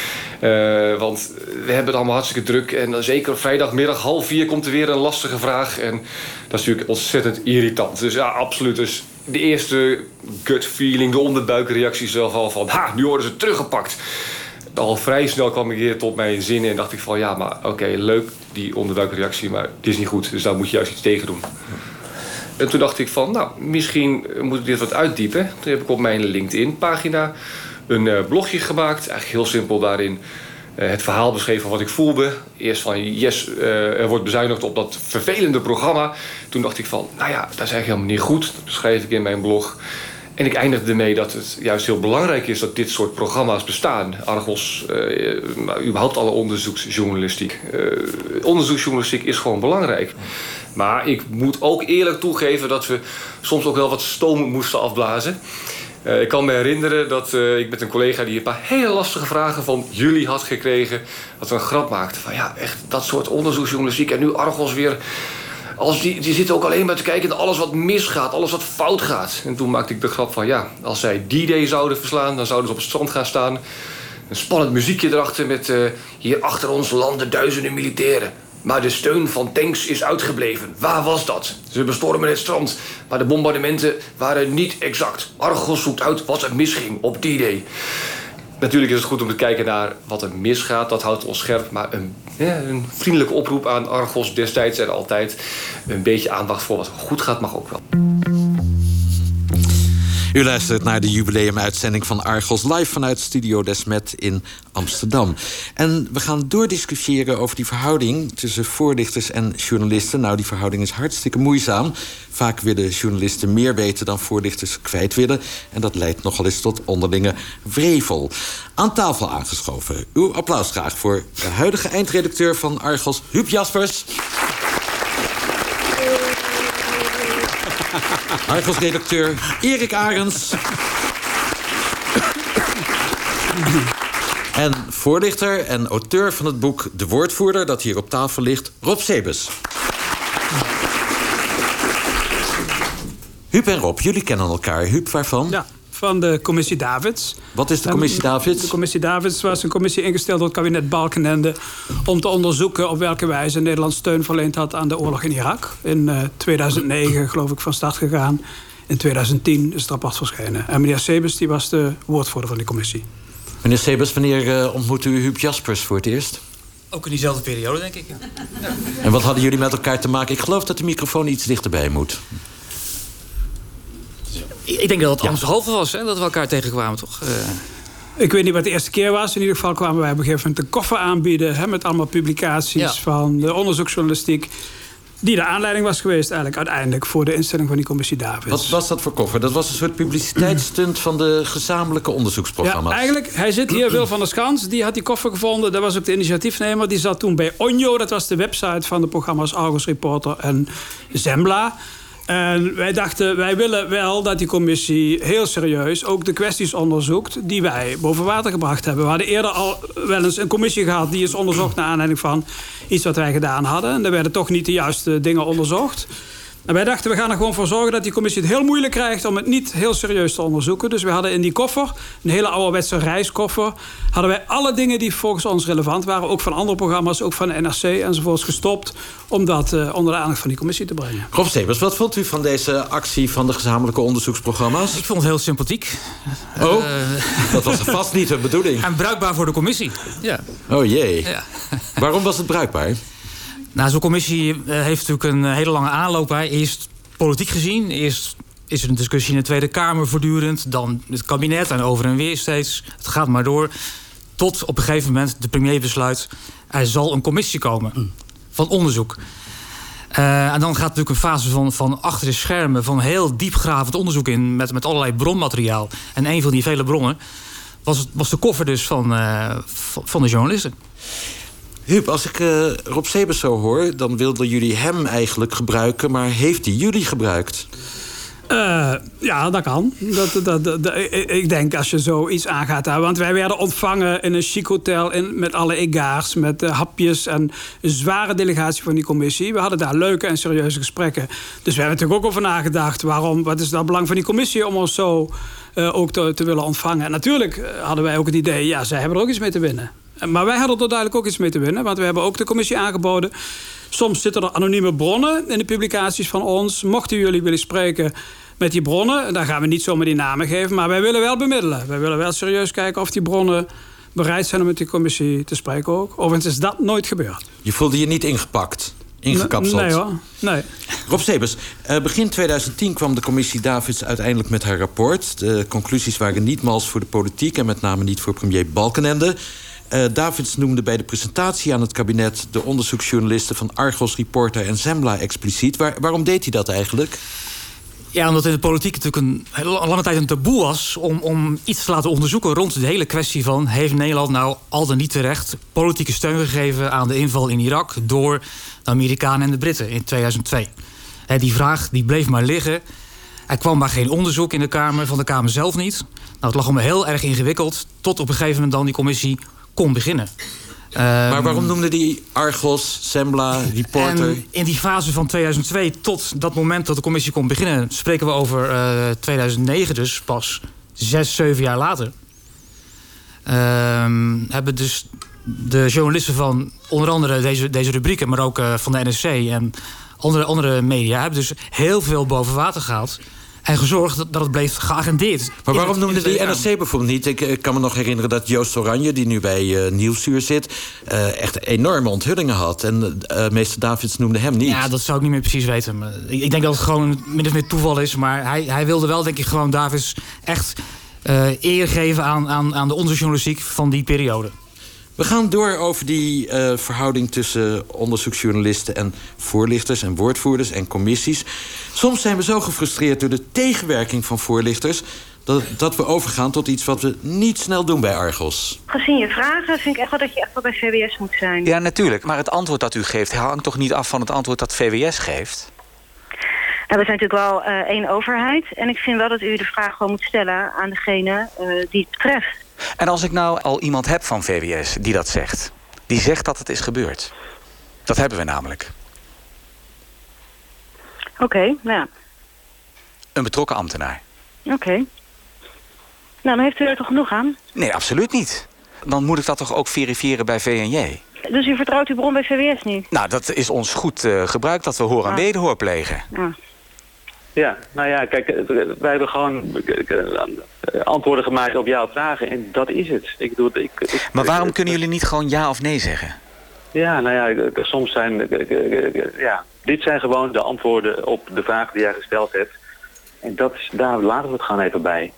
Want we hebben het allemaal hartstikke druk. En dan zeker op vrijdagmiddag 3:30 komt er weer een lastige vraag. En dat is natuurlijk ontzettend irritant. Dus ja, absoluut. Dus de eerste gut feeling, de onderbuikreactie zelf al van... nu worden ze teruggepakt. Al vrij snel kwam ik weer tot mijn zin en dacht ik van... ja, maar oké, leuk die onderbuikreactie, maar het is niet goed. Dus daar moet je juist iets tegen doen. En toen dacht ik van, misschien moet ik dit wat uitdiepen. Toen heb ik op mijn LinkedIn-pagina een blogje gemaakt. Eigenlijk heel simpel daarin het verhaal beschreven van wat ik voelde. Eerst van, yes, er wordt bezuinigd op dat vervelende programma. Toen dacht ik van, dat is eigenlijk helemaal niet goed. Dat beschrijf ik in mijn blog. En ik eindigde ermee dat het juist heel belangrijk is dat dit soort programma's bestaan. Argos, überhaupt alle onderzoeksjournalistiek. Onderzoeksjournalistiek is gewoon belangrijk. Maar ik moet ook eerlijk toegeven dat we soms ook wel wat stoom moesten afblazen. Ik kan me herinneren dat ik met een collega die een paar hele lastige vragen van jullie had gekregen, dat we een grap maakten van echt dat soort onderzoeksjournalistiek en nu Argos weer. Die zitten ook alleen maar te kijken naar alles wat misgaat, alles wat fout gaat. En toen maakte ik de grap van als zij D-Day zouden verslaan, dan zouden ze op het strand gaan staan. Een spannend muziekje erachter met hier achter ons landen duizenden militairen. Maar de steun van tanks is uitgebleven. Waar was dat? Ze bestormen het strand, maar de bombardementen waren niet exact. Argos zoekt uit wat er misging op D-Day. Natuurlijk is het goed om te kijken naar wat er misgaat. Dat houdt ons scherp. Maar een vriendelijke oproep aan Argos destijds en altijd. Een beetje aandacht voor wat goed gaat mag ook wel. U luistert naar de jubileumuitzending van Argos live vanuit Studio Desmet in Amsterdam. En we gaan doordiscussiëren over die verhouding tussen voorlichters en journalisten. Nou, die verhouding is hartstikke moeizaam. Vaak willen journalisten meer weten dan voorlichters kwijt willen. En dat leidt nogal eens tot onderlinge wrevel. Aan tafel aangeschoven. Uw applaus graag voor de huidige eindredacteur van Argos, Huub Jaspers. Argos-redacteur Erik Arends. En voorlichter en auteur van het boek De Woordvoerder, dat hier op tafel ligt, Rob Sebes. Huub en Rob, jullie kennen elkaar. Huub, waarvan? Ja, van de commissie Davids. Wat is de commissie Davids? De commissie Davids was een commissie ingesteld door het kabinet Balkenende om te onderzoeken op welke wijze Nederland steun verleend had aan de oorlog in Irak. In 2009 geloof ik van start gegaan. In 2010 is het rapport verschenen. En meneer Sebes die was de woordvoerder van die commissie. Meneer Sebes, wanneer ontmoette u Huub Jaspers voor het eerst? Ook in diezelfde periode, denk ik. Ja. En wat hadden jullie met elkaar te maken? Ik geloof dat de microfoon iets dichterbij moet. Ik denk dat het anderhalve was, hè, dat we elkaar tegenkwamen, toch? Ik weet niet wat de eerste keer was. In ieder geval kwamen wij op een gegeven moment een koffer aanbieden, met allemaal publicaties van de onderzoeksjournalistiek, die de aanleiding was geweest uiteindelijk voor de instelling van die commissie Davids. Wat was dat voor koffer? Dat was een soort publiciteitsstunt van de gezamenlijke onderzoeksprogramma's. Ja, eigenlijk, hij zit hier, Wil van der Schans, die had die koffer gevonden. Dat was ook de initiatiefnemer. Die zat toen bij Onjo, dat was de website van de programma's Argos Reporter en Zembla. En wij dachten, wij willen wel dat die commissie heel serieus ook de kwesties onderzoekt die wij boven water gebracht hebben. We hadden eerder al wel eens een commissie gehad die is onderzocht naar aanleiding van iets wat wij gedaan hadden. En er werden toch niet de juiste dingen onderzocht. En wij dachten, we gaan er gewoon voor zorgen dat die commissie het heel moeilijk krijgt om het niet heel serieus te onderzoeken. Dus we hadden in die koffer, een hele ouderwetse reiskoffer, hadden wij alle dingen die volgens ons relevant waren, ook van andere programma's, ook van de NRC enzovoorts, gestopt om dat onder de aandacht van die commissie te brengen. Rob Sebes, wat vond u van deze actie van de gezamenlijke onderzoeksprogramma's? Ik vond het heel sympathiek. Oh, dat was vast niet de bedoeling. En bruikbaar voor de commissie. Ja. Oh jee. Ja. Waarom was het bruikbaar? Nou, zo'n commissie heeft natuurlijk een hele lange aanloop. Eerst politiek gezien. Eerst is er een discussie in de Tweede Kamer voortdurend. Dan het kabinet en over en weer steeds. Het gaat maar door. Tot op een gegeven moment de premier besluit, er zal een commissie komen van onderzoek. En dan gaat natuurlijk een fase van achter de schermen, van heel diepgravend onderzoek in, met allerlei bronmateriaal. En een van die vele bronnen was de koffer dus van de journalisten. Huub, als ik Rob Sebes zo hoor, dan wilden jullie hem eigenlijk gebruiken, maar heeft hij jullie gebruikt? Ja, dat kan. Ik denk als je zoiets aangaat. Want wij werden ontvangen in een chic hotel met alle egaars, met hapjes en een zware delegatie van die commissie. We hadden daar leuke en serieuze gesprekken. Dus we hebben natuurlijk ook over nagedacht. Wat is dat belang van die commissie om ons zo ook te willen ontvangen? En natuurlijk hadden wij ook het idee, zij hebben er ook iets mee te winnen. Maar wij hadden er duidelijk ook iets mee te winnen. Want we hebben ook de commissie aangeboden. Soms zitten er anonieme bronnen in de publicaties van ons. Mochten jullie willen spreken met die bronnen, dan gaan we niet zomaar die namen geven. Maar wij willen wel bemiddelen. Wij willen wel serieus kijken of die bronnen bereid zijn om met die commissie te spreken ook. Overigens is dat nooit gebeurd. Je voelde je niet ingekapseld? Nee hoor, nee. Rob Sebers, begin 2010 kwam de commissie Davids uiteindelijk met haar rapport. De conclusies waren niet mals voor de politiek en met name niet voor premier Balkenende. Davids noemde bij de presentatie aan het kabinet de onderzoeksjournalisten van Argos, Reporter en Zembla expliciet. Waarom deed hij dat eigenlijk? Ja, omdat in de politiek natuurlijk een lange tijd een taboe was om iets te laten onderzoeken rond de hele kwestie van: heeft Nederland nou al dan niet terecht politieke steun gegeven aan de inval in Irak door de Amerikanen en de Britten in 2002? Die vraag die bleef maar liggen. Er kwam maar geen onderzoek in de Kamer, van de Kamer zelf niet. Nou, het lag allemaal heel erg ingewikkeld, tot op een gegeven moment dan die commissie kon beginnen. Maar waarom noemde die Argos, Zembla, Reporter? En in die fase van 2002 tot dat moment dat de commissie kon beginnen, spreken we over 2009, dus pas 6-7 jaar later. Hebben dus de journalisten van onder andere deze rubrieken, maar ook van de NRC en andere media, hebben dus heel veel boven water gehaald. En gezorgd dat het bleef geagendeerd. Maar waarom noemde die NRC bijvoorbeeld niet? Ik kan me nog herinneren dat Joost Oranje, die nu bij Nieuwsuur zit, echt enorme onthullingen had. En meester Davids noemde hem niet. Ja, dat zou ik niet meer precies weten. Maar ik denk dat het gewoon min of meer toeval is. Maar hij wilde wel, denk ik, gewoon Davids echt eer geven aan de onderzoeksjournalistiek van die periode. We gaan door over die verhouding tussen onderzoeksjournalisten en voorlichters en woordvoerders en commissies. Soms zijn we zo gefrustreerd door de tegenwerking van voorlichters dat we overgaan tot iets wat we niet snel doen bij Argos. Gezien je vragen vind ik echt wel dat je echt wel bij VWS moet zijn. Ja, natuurlijk. Maar het antwoord dat u geeft hangt toch niet af van het antwoord dat VWS geeft? Nou, we zijn natuurlijk wel één overheid. En ik vind wel dat u de vraag gewoon moet stellen aan degene die het betreft. En als ik nou al iemand heb van VWS die dat zegt, die zegt dat het is gebeurd. Dat hebben we namelijk. Oké, nou ja. Een betrokken ambtenaar. Oké. Nou, dan heeft u er toch genoeg aan? Nee, absoluut niet. Dan moet ik dat toch ook verifiëren bij VNJ. Dus u vertrouwt uw bron bij VWS niet? Nou, dat is ons goed gebruik dat we hoor en wederhoor plegen. Ja. Ja, nou ja, kijk, wij hebben gewoon antwoorden gemaakt op jouw vragen en dat is het. Maar waarom kunnen jullie niet gewoon ja of nee zeggen? Ja, nou ja, soms zijn... dit zijn gewoon de antwoorden op de vragen die jij gesteld hebt. En daar laten we het gewoon even bij.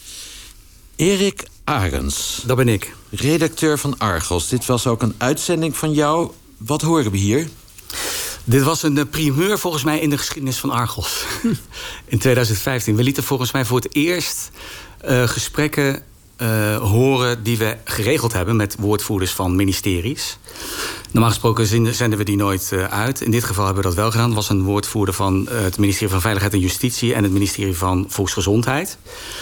Erik Arends. Dat ben ik. Redacteur van Argos. Dit was ook een uitzending van jou. Wat horen we hier? Dit was een primeur volgens mij in de geschiedenis van Argos. In 2015. We lieten volgens mij voor het eerst gesprekken horen die we geregeld hebben met woordvoerders van ministeries. Normaal gesproken zenden we die nooit uit. In dit geval hebben we dat wel gedaan. Het was een woordvoerder van het ministerie van Veiligheid en Justitie en het ministerie van Volksgezondheid.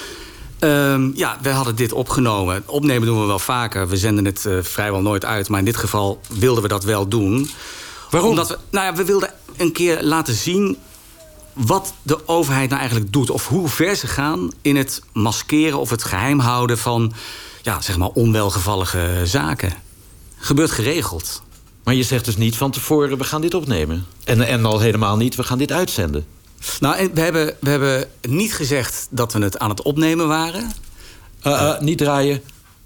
We hadden dit opgenomen. Opnemen doen we wel vaker. We zenden het vrijwel nooit uit. Maar in dit geval wilden we dat wel doen. Waarom? Omdat we wilden een keer laten zien wat de overheid nou eigenlijk doet. Of hoe ver ze gaan in het maskeren of het geheim houden van onwelgevallige zaken. Gebeurt geregeld. Maar je zegt dus niet van tevoren, we gaan dit opnemen. En al helemaal niet, we gaan dit uitzenden. Nou, en we hebben niet gezegd dat we het aan het opnemen waren. Niet draaien.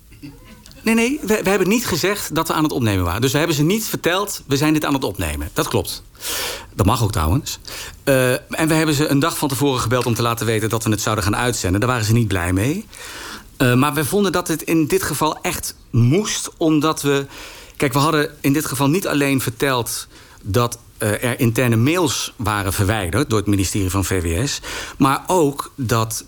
Nee, we hebben niet gezegd dat we aan het opnemen waren. Dus we hebben ze niet verteld, we zijn dit aan het opnemen. Dat klopt. Dat mag ook trouwens. En we hebben ze een dag van tevoren gebeld om te laten weten dat we het zouden gaan uitzenden. Daar waren ze niet blij mee. Maar we vonden dat het in dit geval echt moest, omdat we... Kijk, we hadden in dit geval niet alleen verteld dat er interne mails waren verwijderd door het ministerie van VWS, maar ook dat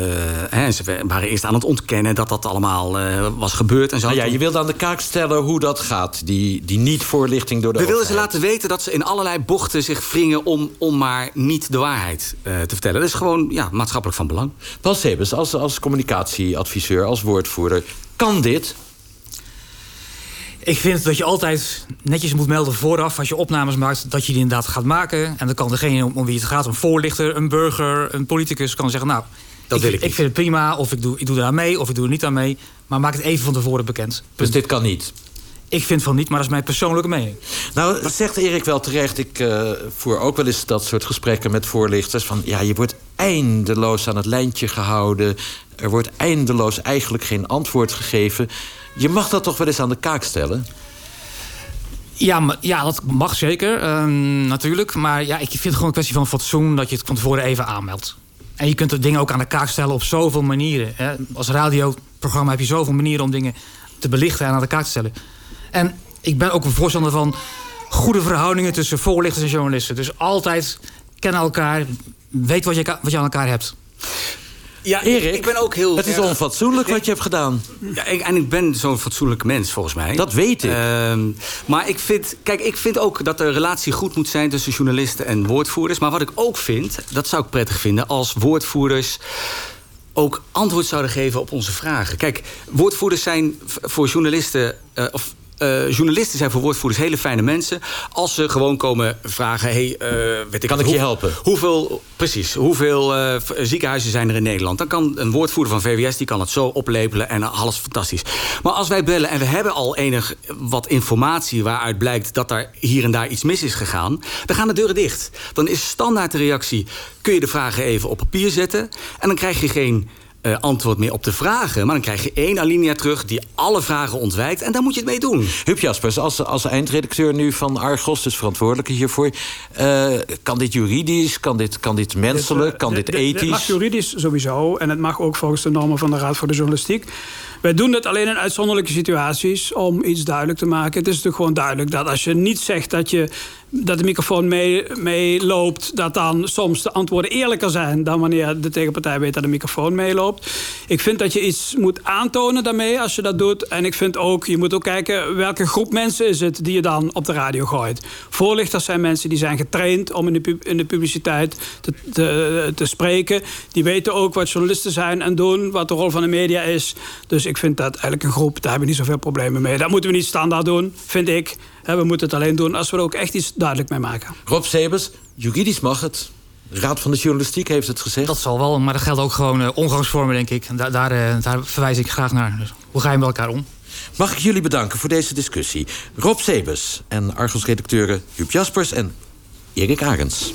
ze waren eerst aan het ontkennen dat dat allemaal was gebeurd en zo. Nou ja, je wilde aan de kaak stellen hoe dat gaat, die niet-voorlichting door de overheid. We wilden ze laten weten dat ze in allerlei bochten zich wringen om maar niet de waarheid te vertellen. Dat is gewoon maatschappelijk van belang. Paul Sebers, als communicatieadviseur, als woordvoerder, kan dit? Ik vind dat je altijd netjes moet melden vooraf, als je opnames maakt, dat je die inderdaad gaat maken. En dan kan degene om wie het gaat, een voorlichter, een burger, een politicus, kan zeggen, nou, ik vind het prima, of ik doe eraan mee, of ik doe er niet aan mee. Maar maak het even van tevoren bekend. Dus dit kan niet? Ik vind van niet, maar dat is mijn persoonlijke mening. Nou, zegt Erik wel terecht. Ik voer ook wel eens dat soort gesprekken met voorlichters. Van ja, je wordt eindeloos aan het lijntje gehouden. Er wordt eindeloos eigenlijk geen antwoord gegeven. Je mag dat toch wel eens aan de kaak stellen? Ja, dat mag zeker, natuurlijk. Maar ja, ik vind het gewoon een kwestie van fatsoen dat je het van tevoren even aanmeldt. En je kunt de dingen ook aan de kaak stellen op zoveel manieren. Hè. Als radioprogramma heb je zoveel manieren om dingen te belichten en aan de kaak te stellen. En ik ben ook een voorstander van goede verhoudingen tussen voorlichters en journalisten. Dus altijd kennen elkaar, weet wat je aan elkaar hebt. Ja, Erik, ik ben ook heel... het is onfatsoenlijk wat je hebt gedaan. Ja, ik ben zo'n fatsoenlijke mens, volgens mij. Dat weet ik. Maar ik vind ook dat de relatie goed moet zijn tussen journalisten en woordvoerders. Maar wat ik ook vind, dat zou ik prettig vinden, als woordvoerders ook antwoord zouden geven op onze vragen. Kijk, woordvoerders zijn voor journalisten... journalisten zijn voor woordvoerders hele fijne mensen. Als ze gewoon komen vragen... Kan ik je helpen? Hoeveel ziekenhuizen zijn er in Nederland? Dan kan een woordvoerder van VWS die kan het zo oplepelen en alles fantastisch. Maar als wij bellen en we hebben al enig wat informatie waaruit blijkt dat er hier en daar iets mis is gegaan, dan gaan de deuren dicht. Dan is standaard de reactie: kun je de vragen even op papier zetten? En dan krijg je geen antwoord meer op de vragen. Maar dan krijg je 1 alinea terug die alle vragen ontwijkt. En daar moet je het mee doen. Huub Jaspers, als eindredacteur nu van Argos, dus verantwoordelijke hiervoor, kan dit juridisch, kan dit menselijk, kan dit ethisch? Het mag juridisch sowieso. En het mag ook volgens de normen van de Raad voor de Journalistiek. Wij doen het alleen in uitzonderlijke situaties om iets duidelijk te maken. Het is natuurlijk gewoon duidelijk dat als je niet zegt dat de microfoon meeloopt, dat dan soms de antwoorden eerlijker zijn dan wanneer de tegenpartij weet dat de microfoon meeloopt. Ik vind dat je iets moet aantonen daarmee als je dat doet. En ik vind ook, je moet ook kijken welke groep mensen is het die je dan op de radio gooit. Voorlichters zijn mensen die zijn getraind om in de publiciteit te spreken. Die weten ook wat journalisten zijn en doen, wat de rol van de media is. Dus ik vind dat eigenlijk een groep, daar hebben we niet zoveel problemen mee. Dat moeten we niet standaard doen, vind ik. We moeten het alleen doen als we er ook echt iets duidelijk mee maken. Rob Sebers, juridisch mag het. De Raad van de Journalistiek heeft het gezegd. Dat zal wel, maar dat geldt ook gewoon omgangsvormen, denk ik. Daar verwijs ik graag naar. Dus hoe ga je met elkaar om? Mag ik jullie bedanken voor deze discussie. Rob Sebers en Argos-redacteuren Huub Jaspers en Erik Arends.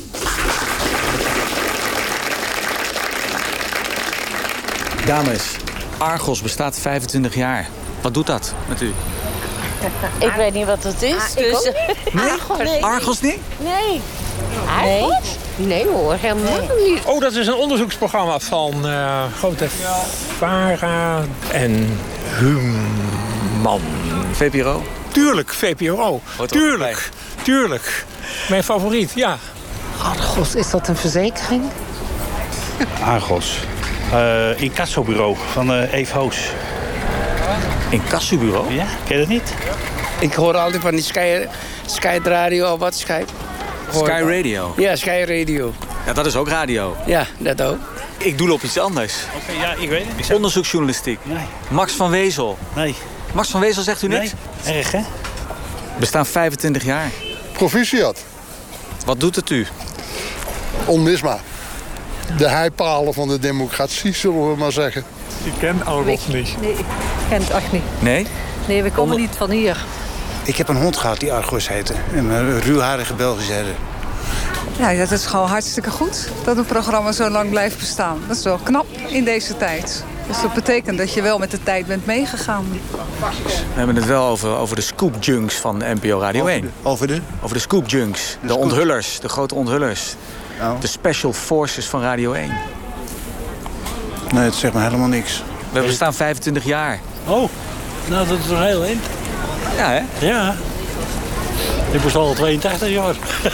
Dames, Argos bestaat 25 jaar. Wat doet dat met u? Ik weet niet wat het is. Dus... Nee? Argos? Argos niet? Nee. Argos? Nee hoor, helemaal niet. Oh, dat is een onderzoeksprogramma van Grote Vara en Human. VPRO? Tuurlijk, VPRO. Tuurlijk. Mijn favoriet, ja. Argos, is dat een verzekering? Argos. Incassobureau van Eve Hoos. Incassobureau? Ja, ken je dat niet? Ik hoor altijd van die Sky Radio of wat Sky? Sky Radio? Ja, Sky Radio. Ja, dat is ook radio. Ja, dat ook. Ik doe op iets anders. Oké, ja, ik weet het. Onderzoeksjournalistiek. Nee. Max van Wezel. Nee. Max van Wezel zegt u niks? Nee, erg hè? We staan 25 jaar. Proficiat. Wat doet het u? Onmisbaar. De heipalen van de democratie, zullen we maar zeggen. Ik ken Argos niet. Nee, ik ken het echt niet. Nee? Nee, we komen niet van hier. Ik heb een hond gehad die Argos heette. Een ruwharige Belgische herder. Ja, dat is gewoon hartstikke goed dat een programma zo lang blijft bestaan. Dat is wel knap in deze tijd. Dus dat betekent dat je wel met de tijd bent meegegaan. We hebben het wel over de scoop junks van NPO Radio 1. Over de scoop junks. De onthullers, de grote onthullers. Oh. De special forces van Radio 1. Nee, het zegt me helemaal niks. We bestaan 25 jaar. Oh, nou dat is nog heel in. Ja, hè? Ja. Ik bestaan al 82 jaar.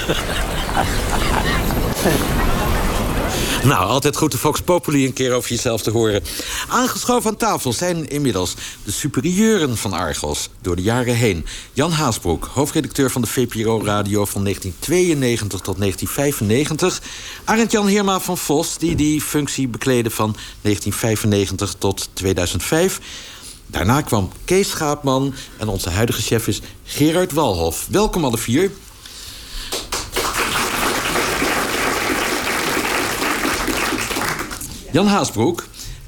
Nou, altijd goed de Vox Populi een keer over jezelf te horen. Aangeschoven aan tafel zijn inmiddels de superieuren van Argos door de jaren heen. Jan Haasbroek, hoofdredacteur van de VPRO Radio van 1992 tot 1995. Arend-Jan Heerma van Vos, die functie bekleedde van 1995 tot 2005. Daarna kwam Kees Schaapman en onze huidige chef is Gerard Walhoff. Welkom alle vier. Jan Haasbroek,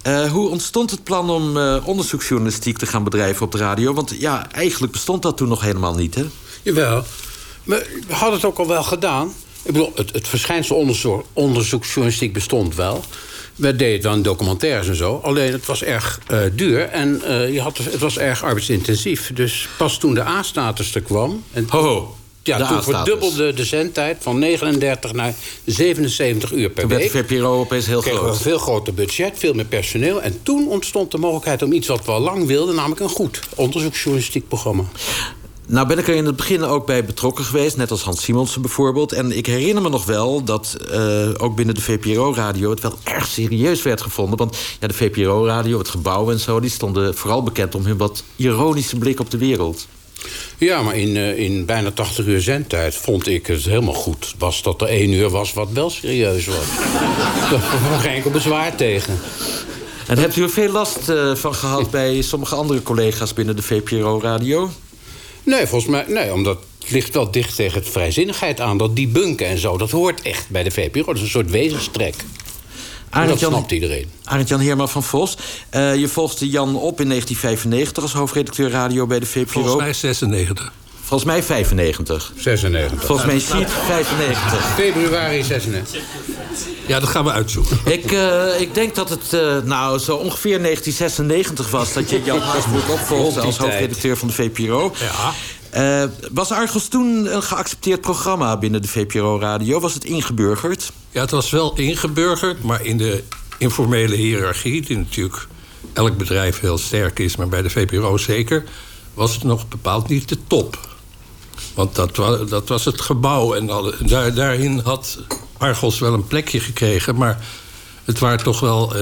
Hoe ontstond het plan om onderzoeksjournalistiek te gaan bedrijven op de radio? Want ja, eigenlijk bestond dat toen nog helemaal niet, hè? Jawel. Maar we hadden het ook al wel gedaan. Ik bedoel, het verschijnsel onderzoeksjournalistiek bestond wel. We deden dan documentaires en zo. Alleen het was erg duur en het was erg arbeidsintensief. Dus pas toen de A-status er kwam... Ja, toen verdubbelde de zendtijd van 39 naar 77 uur per week. Toen werd de VPRO opeens heel groot. We een veel groter budget, veel meer personeel. En toen ontstond de mogelijkheid om iets wat we al lang wilden... namelijk een goed onderzoeksjournalistiek programma. Nou ben ik er in het begin ook bij betrokken geweest, net als Hans Simonsen bijvoorbeeld. En ik herinner me nog wel dat ook binnen de VPRO-radio... het wel erg serieus werd gevonden. Want ja, de VPRO-radio, het gebouw en zo... die stonden vooral bekend om hun wat ironische blik op de wereld. Ja, maar in bijna 80 uur zendtijd vond ik het helemaal goed. Was dat er 1 uur was wat wel serieus was. Daar was geen enkel bezwaar tegen. En hebt u er veel last van gehad bij sommige andere collega's binnen de VPRO-radio? Nee, volgens mij, nee, omdat het ligt wel dicht tegen het vrijzinnigheid aan. Dat debunken en zo, dat hoort echt bij de VPRO. Dat is een soort wezenstrek. Dat snapt iedereen. Arend-Jan Heerma van Vos. Je volgde Jan op in 1995 als hoofdredacteur radio bij de VPRO. Volgens mij 96. Volgens mij 95. 96. Volgens mij sheet 95. Februari 96. Ja, dat gaan we uitzoeken. Ik denk dat het zo ongeveer 1996 was... dat je Jan Haasbroek opvolgde als hoofdredacteur van de VPRO. Ja. Was Argos toen een geaccepteerd programma binnen de VPRO-radio? Was het ingeburgerd? Ja, het was wel ingeburgerd, maar in de informele hiërarchie... die natuurlijk elk bedrijf heel sterk is, maar bij de VPRO zeker... was het nog bepaald niet de top. Want dat was het gebouw en daarin had Argos wel een plekje gekregen... maar het waren toch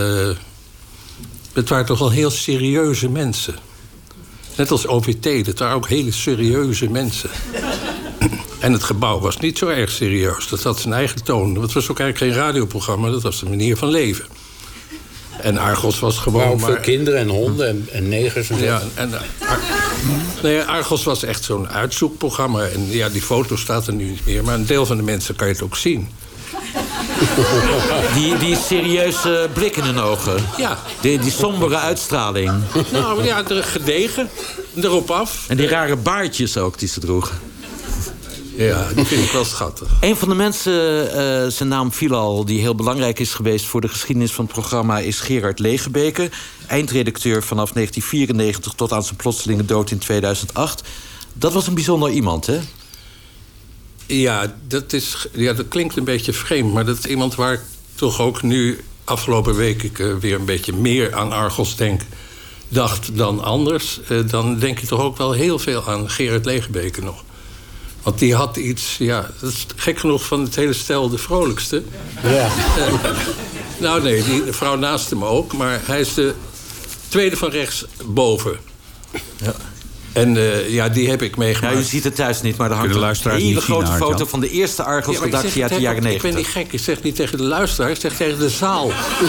wel heel serieuze mensen. Net als OVT, dat waren ook hele serieuze mensen. En het gebouw was niet zo erg serieus. Dat had zijn eigen toon. Het was ook eigenlijk geen radioprogramma, dat was een manier van leven. En Argos was gewoon maar... Voor kinderen en honden en negers en zo. Ja, Argos was echt zo'n uitzoekprogramma. En ja, die foto staat er nu niet meer. Maar een deel van de mensen kan je het ook zien. Die serieuze blik in hun ogen. Ja. Die sombere uitstraling. Nou ja, gedegen. Erop af. En die rare baardjes ook die ze droegen. Ja, die vind ik wel schattig. Een van de mensen, zijn naam viel al... die heel belangrijk is geweest voor de geschiedenis van het programma... is Gerard Legebeke. Eindredacteur vanaf 1994 tot aan zijn plotselinge dood in 2008. Dat was een bijzonder iemand, hè? Ja, dat klinkt een beetje vreemd... maar dat is iemand waar ik toch ook nu afgelopen week... ik weer een beetje meer aan Argos dacht dan anders... dan denk ik toch ook wel heel veel aan Gerard Legebeke nog. Want die had iets, ja, dat is gek genoeg van het hele stel de vrolijkste. Ja. Nou nee, de vrouw naast hem ook. Maar hij is de tweede van rechts boven. Ja. En die heb ik meegemaakt. Ja, u ziet het thuis niet, maar er hangt een hele grote foto... van de eerste Argos-redactie uit de jaren 90. Ik ben niet gek, ik zeg niet tegen de luisteraar, ik zeg tegen de zaal.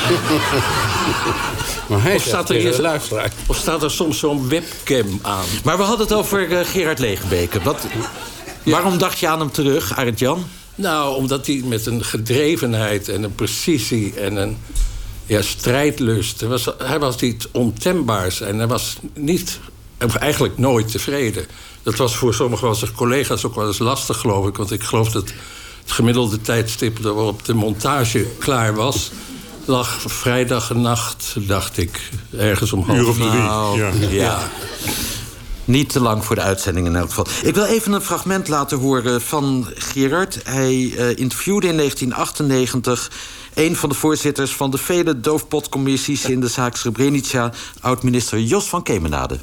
Maar hij staat er eerst luisteraar. Of staat er soms zo'n webcam aan? Maar we hadden het over Gerard Legebeke. Waarom dacht je aan hem terug, Arend-Jan? Nou, omdat hij met een gedrevenheid en een precisie en een strijdlust... Hij was iets ontembaars en hij was eigenlijk nooit tevreden. Dat was voor sommige van zijn collega's ook wel eens lastig, geloof ik. Want ik geloof dat het gemiddelde tijdstip waarop de montage klaar was... lag vrijdagnacht, dacht ik, ergens om 2:30. Ja. Niet te lang voor de uitzending in elk geval. Ik wil even een fragment laten horen van Gerard. Hij interviewde in 1998 een van de voorzitters... van de vele doofpotcommissies in de zaak Srebrenica... oud-minister Jos van Kemenade.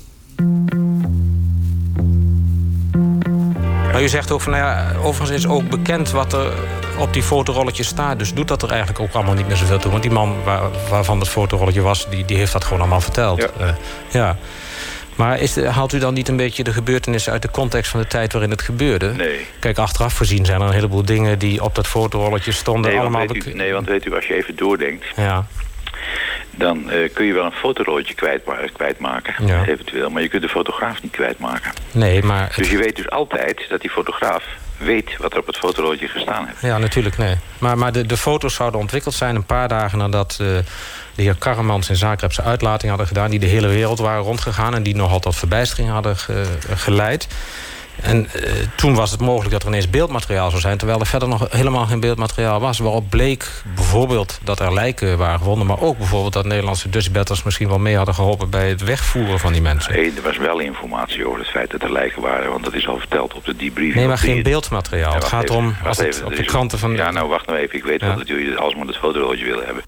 Maar u zegt ook van, overigens is ook bekend wat er op die fotorolletjes staat. Dus doet dat er eigenlijk ook allemaal niet meer zoveel toe. Want die man waarvan het fotorolletje was, die heeft dat gewoon allemaal verteld. Ja. Maar haalt u dan niet een beetje de gebeurtenissen uit de context van de tijd waarin het gebeurde? Nee. Kijk, achteraf gezien zijn er een heleboel dingen die op dat fotorolletje stonden. Want weet u, als je even doordenkt... Ja. Dan kun je wel een fotorolletje kwijtmaken, eventueel. Maar je kunt de fotograaf niet kwijtmaken. Nee, maar... Dus je weet dus altijd dat die fotograaf weet wat er op het fotorolletje gestaan heeft. Ja, natuurlijk, nee. Maar de foto's zouden ontwikkeld zijn een paar dagen nadat de heer Karremans in Zagreb zijn uitlating hadden gedaan, die de hele wereld waren rondgegaan en die nogal tot verbijstering hadden geleid. En toen was het mogelijk dat er ineens beeldmateriaal zou zijn, terwijl er verder nog helemaal geen beeldmateriaal was. Waarop bleek bijvoorbeeld dat er lijken waren gevonden, maar ook bijvoorbeeld dat Nederlandse Dutchbatters misschien wel mee hadden geholpen bij het wegvoeren van die mensen. Nee, er was wel informatie over het feit dat er lijken waren, want dat is al verteld op de debriefing. Nee, maar geen beeldmateriaal. Het gaat om als het op de kranten van... Ja, nou wacht nou even. Ik weet wel dat jullie alsmaar het fotorolletje willen hebben.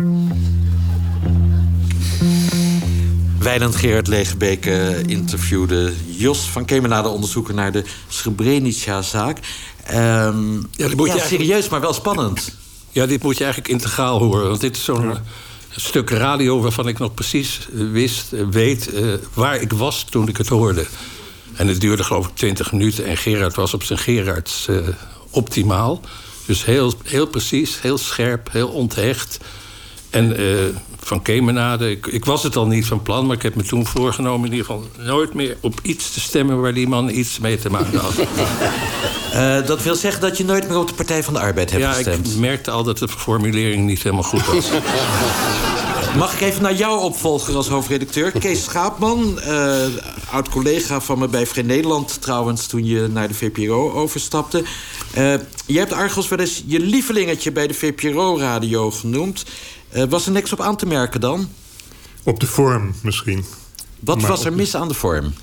Wijnand Gerard Leegbeek interviewde Jos van Kemenade, onderzoeker naar de Srebrenica-zaak. Serieus, maar wel spannend. Ja, dit moet je eigenlijk integraal horen. Want dit is zo'n stuk radio waarvan ik nog precies weet waar ik was toen ik het hoorde. En het duurde geloof ik 20 minuten en Gerard was op zijn Gerards optimaal. Dus heel precies, heel scherp, heel onthecht. En van Kemenade, ik was het al niet van plan, maar ik heb me toen voorgenomen in ieder geval nooit meer op iets te stemmen waar die man iets mee te maken had. Dat wil zeggen dat je nooit meer op de Partij van de Arbeid hebt gestemd? Ja, ik merkte al dat de formulering niet helemaal goed was. Mag ik even naar jouw opvolger als hoofdredacteur? Kees Schaapman, oud-collega van me bij Vrij Nederland trouwens, toen je naar de VPRO overstapte. Je hebt Argos wel eens je lievelingetje bij de VPRO-radio genoemd. Was er niks op aan te merken dan? Op de vorm misschien. Wat was er mis aan de vorm?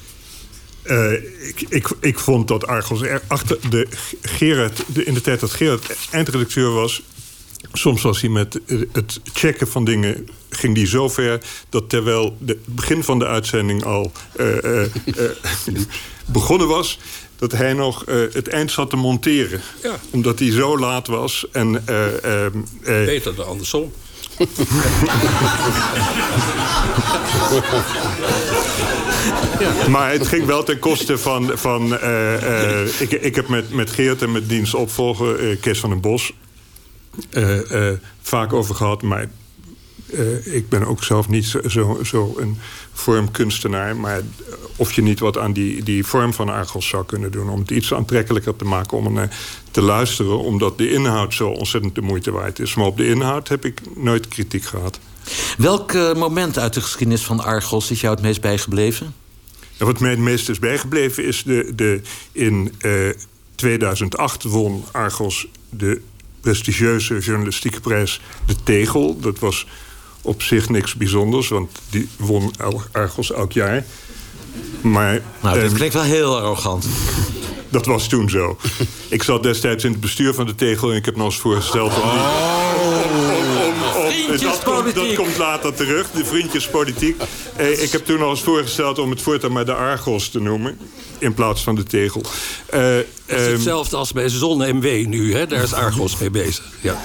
Ik vond dat Argos achter de Gerard, in de tijd dat Gerard eindredacteur was, soms was hij met het checken van dingen, ging die zo ver dat terwijl het begin van de uitzending al begonnen was, dat hij nog het eind zat te monteren. Ja. Omdat hij zo laat was. En, beter dan andersom. Maar het ging wel ten koste van ik heb met Geert en met diens opvolger Kees van den Bos vaak over gehad, maar ik ben ook zelf niet zo een vormkunstenaar, maar of je niet wat aan die vorm van Argos zou kunnen doen om het iets aantrekkelijker te maken om er te luisteren, omdat de inhoud zo ontzettend de moeite waard is. Maar op de inhoud heb ik nooit kritiek gehad. Welk moment uit de geschiedenis van Argos is jou het meest bijgebleven? Ja, wat mij het meest is bijgebleven is in 2008 won Argos de prestigieuze journalistieke prijs De Tegel. Dat was op zich niks bijzonders, want die won Argos elk jaar. Maar, dat klinkt wel heel arrogant. Dat was toen zo. Ik zat destijds in het bestuur van De Tegel en ik heb nog eens voorgesteld dat komt later terug, de vriendjespolitiek. Ik heb toen nog eens voorgesteld om het voortaan maar de Argos te noemen, in plaats van De Tegel. Het is hetzelfde als bij Zon-MW nu, hè? Daar is Argos mee bezig. Ja.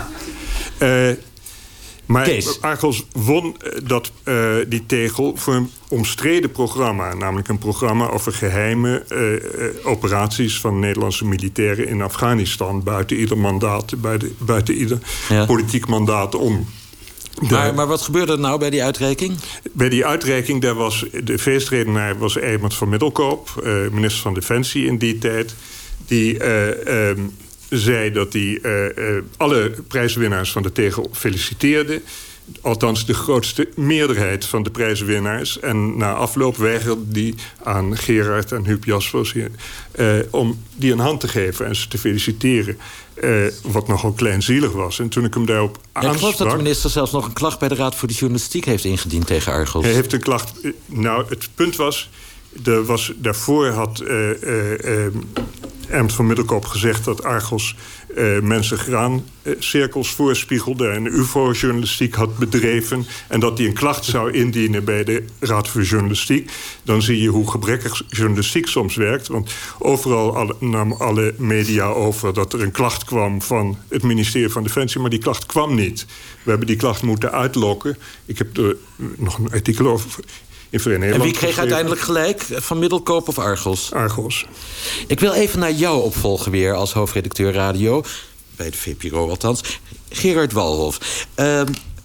Maar Argos won die Tegel voor een omstreden programma. Namelijk een programma over geheime operaties van Nederlandse militairen in Afghanistan. Buiten ieder mandaat, buiten ieder politiek mandaat om. Maar wat gebeurde er nou bij die uitreiking? Bij die uitreiking, daar was de feestredenaar was Eimert van Middelkoop, minister van Defensie in die tijd. Die zei dat hij alle prijswinnaars van De Tegel feliciteerde. Althans, de grootste meerderheid van de prijswinnaars. En na afloop weigerde die aan Gerard en Huub Jaspers om die een hand te geven en ze te feliciteren. Wat nogal kleinzielig was. En toen ik hem daarop aansprak... Ik geloof dat de minister zelfs nog een klacht bij de Raad voor de Journalistiek heeft ingediend tegen Argos. Hij heeft een klacht... Nou, het punt was... daarvoor had Eimert van Middelkoop gezegd dat Argos mensen graancirkels voorspiegelde en UFO-journalistiek had bedreven en dat hij een klacht zou indienen bij de Raad voor Journalistiek. Dan zie je hoe gebrekkig journalistiek soms werkt. Want overal nam alle media over dat er een klacht kwam van het ministerie van Defensie, maar die klacht kwam niet. We hebben die klacht moeten uitlokken. Ik heb er nog een artikel over in Vrij Nederland. En wie kreeg uiteindelijk gelijk? Van Middelkoop of Argos? Argos. Ik wil even naar jouw opvolger weer als hoofdredacteur radio. Bij de VPRO althans. Gerard Walhof.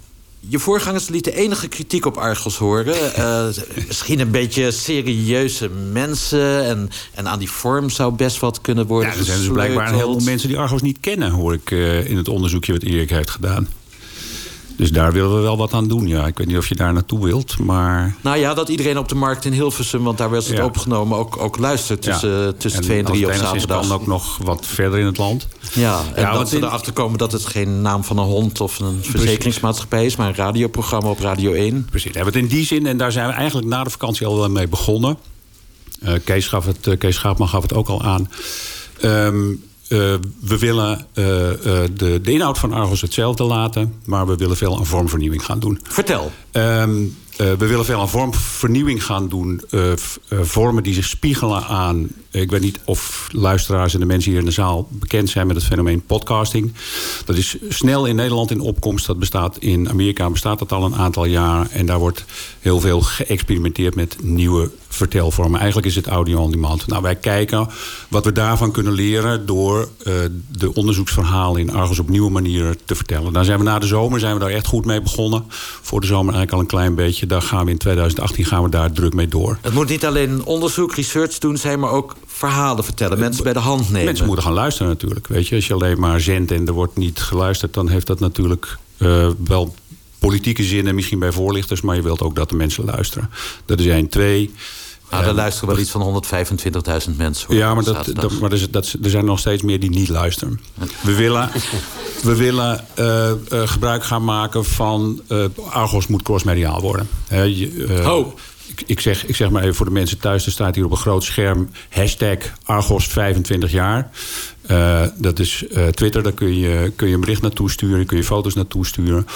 Je voorgangers lieten enige kritiek op Argos horen. Misschien een beetje serieuze mensen. En aan die vorm zou best wat kunnen worden er zijn dus blijkbaar een heleboel mensen die Argos niet kennen, hoor ik in het onderzoekje wat Erik heeft gedaan. Dus daar willen we wel wat aan doen, ja. Ik weet niet of je daar naartoe wilt, maar... Nou ja, dat iedereen op de markt in Hilversum, want daar werd het opgenomen, ook luistert tussen 2 en 3 op zaterdag. En ook nog wat verder in het land. Ja, en dat ze erachter komen dat het geen naam van een hond of een verzekeringsmaatschappij is, maar een radioprogramma op Radio 1. Precies, we hebben het in die zin, en daar zijn we eigenlijk na de vakantie al wel mee begonnen. Kees Schaapman gaf het ook al aan. We willen de inhoud van Argos hetzelfde laten, maar we willen veel aan vormvernieuwing gaan doen. Vertel. We willen veel aan vormvernieuwing gaan doen. Vormen die zich spiegelen aan... Ik weet niet of luisteraars en de mensen hier in de zaal bekend zijn met het fenomeen podcasting. Dat is snel in Nederland in opkomst. Dat bestaat in Amerika bestaat dat al een aantal jaar. En daar wordt heel veel geëxperimenteerd met nieuwe vertelvormen. Eigenlijk is het audio on demand. Nou, wij kijken wat we daarvan kunnen leren door de onderzoeksverhalen in Argos op nieuwe manieren te vertellen. Daar zijn we na de zomer daar echt goed mee begonnen. Voor de zomer eigenlijk al een klein beetje. Daar gaan we in 2018 daar druk mee door. Het moet niet alleen onderzoek, research doen zijn, maar ook verhalen vertellen, mensen bij de hand nemen. Mensen moeten gaan luisteren natuurlijk. Weet je, als je alleen maar zendt en er wordt niet geluisterd, dan heeft dat natuurlijk wel politieke zinnen, misschien bij voorlichters, maar je wilt ook dat de mensen luisteren. Dat is 1, 2. Er luisteren wel iets van 125.000 mensen. Hoor, ja, maar er zijn nog steeds meer die niet luisteren. We willen gebruik gaan maken van Argos moet crossmediaal worden. Ik zeg maar even voor de mensen thuis, er staat hier op een groot scherm #Argos 25 jaar. Dat is Twitter, daar kun je een bericht naartoe sturen, kun je foto's naartoe sturen.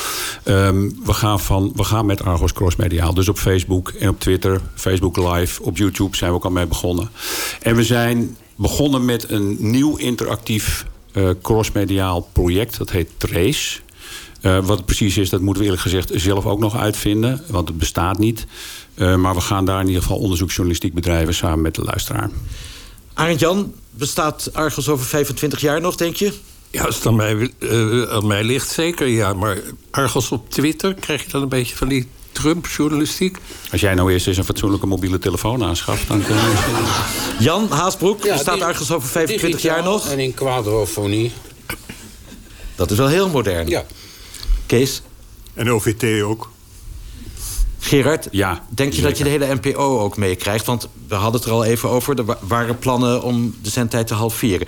We gaan met Argos crossmediaal. Dus op Facebook en op Twitter, Facebook Live, op YouTube zijn we ook al mee begonnen. En we zijn begonnen met een nieuw interactief crossmediaal project. Dat heet Trace. Wat het precies is, dat moeten we eerlijk gezegd zelf ook nog uitvinden. Want het bestaat niet. Maar we gaan daar in ieder geval onderzoeksjournalistiek bedrijven samen met de luisteraar. Arend-Jan, bestaat Argos over 25 jaar nog, denk je? Ja, als het aan mij ligt, zeker ja. Maar Argos op Twitter, krijg je dan een beetje van die Trump-journalistiek? Als jij nou eerst eens een fatsoenlijke mobiele telefoon aanschaft, dan kun je... Jan Haasbroek, bestaat Argos over 25 jaar nog? En in quadrofonie. Dat is wel heel modern. Ja. Kees? En OVT ook. Gerard, ja, denk je dat je de hele NPO ook meekrijgt? Want we hadden het er al even over. Er waren plannen om de zendtijd te halveren.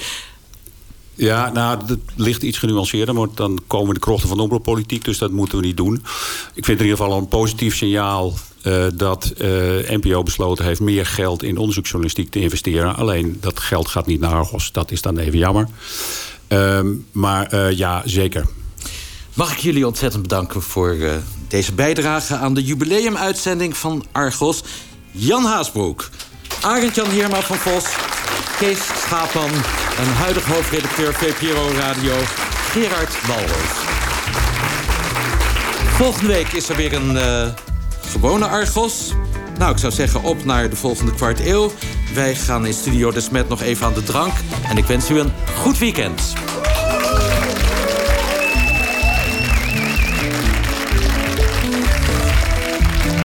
Ja, nou, dat ligt iets genuanceerder. Maar dan komen we de krochten van de omroeppolitiek. Dus dat moeten we niet doen. Ik vind in ieder geval een positief signaal dat NPO besloten heeft meer geld in onderzoeksjournalistiek te investeren. Alleen dat geld gaat niet naar Argos. Dat is dan even jammer. Maar ja, zeker. Mag ik jullie ontzettend bedanken voor deze bijdrage aan de jubileumuitzending van Argos. Jan Haasbroek, Arend-Jan Heerma van Vos, Kees Schaapman en huidig hoofdredacteur VPRO Radio Gerard Walhof. Volgende week is er weer een gewone Argos. Nou, ik zou zeggen op naar de volgende kwart eeuw. Wij gaan in Studio Desmet nog even aan de drank. En ik wens u een goed weekend.